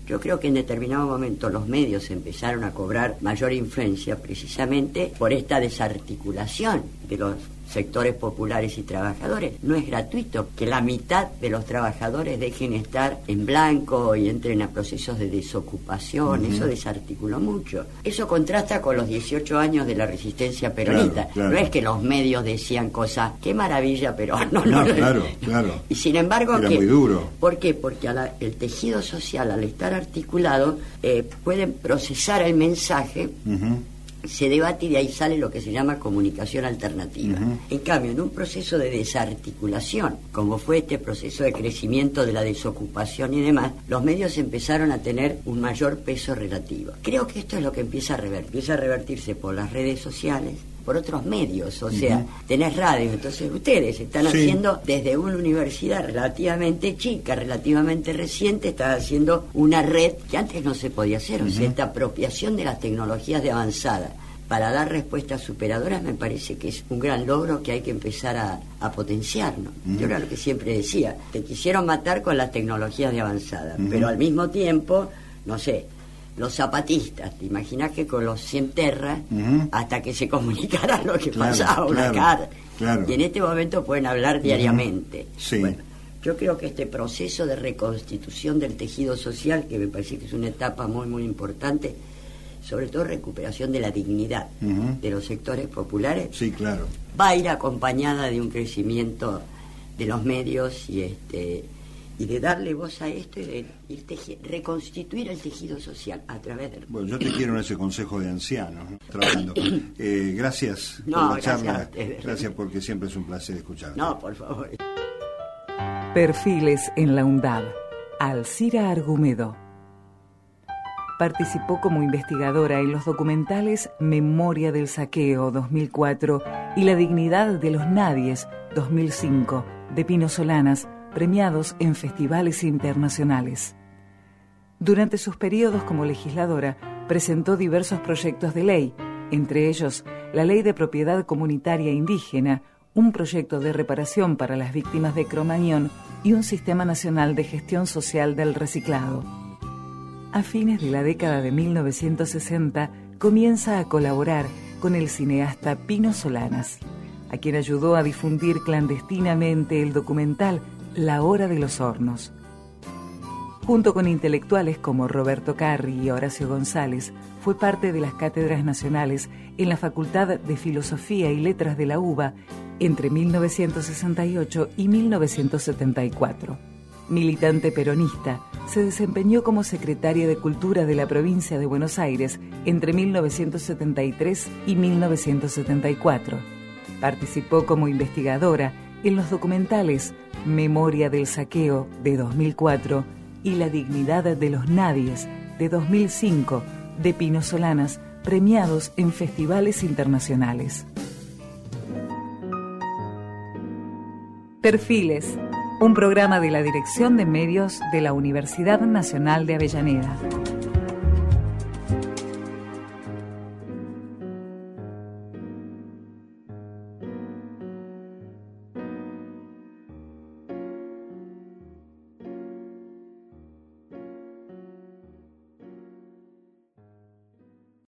Yo creo que en determinado momento los medios empezaron a cobrar mayor influencia precisamente por esta desarticulación de los sectores populares y trabajadores. No es gratuito que la mitad de los trabajadores dejen estar en blanco y entren a procesos de desocupación. Eso desarticuló mucho. Eso contrasta con los 18 años de la resistencia peronista. Claro. No es que los medios decían cosas, qué maravilla, pero no. Claro. Y sin embargo, era muy duro. ¿Por qué? Porque el tejido social, al estar articulado, pueden procesar el mensaje, se debate y de ahí sale lo que se llama comunicación alternativa. En cambio, en un proceso de desarticulación, como fue este proceso de crecimiento de la desocupación y demás, los medios empezaron a tener un mayor peso relativo. Creo que esto es lo que empieza a revertirse por las redes sociales, por otros medios, o sea, tenés radio, entonces ustedes están haciendo desde una universidad relativamente chica, relativamente reciente, están haciendo una red que antes no se podía hacer, o sea, esta apropiación de las tecnologías de avanzada para dar respuestas superadoras me parece que es un gran logro que hay que empezar a potenciar, ¿no? Yo era lo que siempre decía, te quisieron matar con las tecnologías de avanzada, pero al mismo tiempo, no sé, los zapatistas, te imaginas que con los sin terra, hasta que se comunicara lo que pasaba, una cara. Y en este momento pueden hablar diariamente. Bueno, yo creo que este proceso de reconstitución del tejido social, que me parece que es una etapa muy, muy importante, sobre todo recuperación de la dignidad de los sectores populares, va a ir acompañada de un crecimiento de los medios y de darle voz a esto y de reconstituir el tejido social a través del... Bueno, yo te quiero en ese consejo de ancianos, ¿no? Trabajando. Gracias por la charla. Gracias porque siempre es un placer escucharte. No, por favor. Perfiles en la UNDAB. Alcira Argumedo. Participó como investigadora en los documentales Memoria del Saqueo, 2004, y La Dignidad de los Nadies, 2005, de Pino Solanas, premiados en festivales internacionales. Durante sus periodos como legisladora, presentó diversos proyectos de ley, entre ellos la Ley de Propiedad Comunitaria Indígena, un proyecto de reparación para las víctimas de Cromañón y un Sistema Nacional de Gestión Social del Reciclado. A fines de la década de 1960, comienza a colaborar con el cineasta Pino Solanas, a quien ayudó a difundir clandestinamente el documental La Hora de los Hornos. Junto con intelectuales como Roberto Carri y Horacio González, fue parte de las cátedras nacionales en la Facultad de Filosofía y Letras de la UBA entre 1968 y 1974. Militante peronista, se desempeñó como secretaria de Cultura de la provincia de Buenos Aires entre 1973 y 1974. Participó como investigadora en los documentales Memoria del Saqueo, de 2004, y La Dignidad de los Nadies, de 2005, de Pino Solanas, premiados en festivales internacionales. Perfiles, un programa de la Dirección de Medios de la Universidad Nacional de Avellaneda.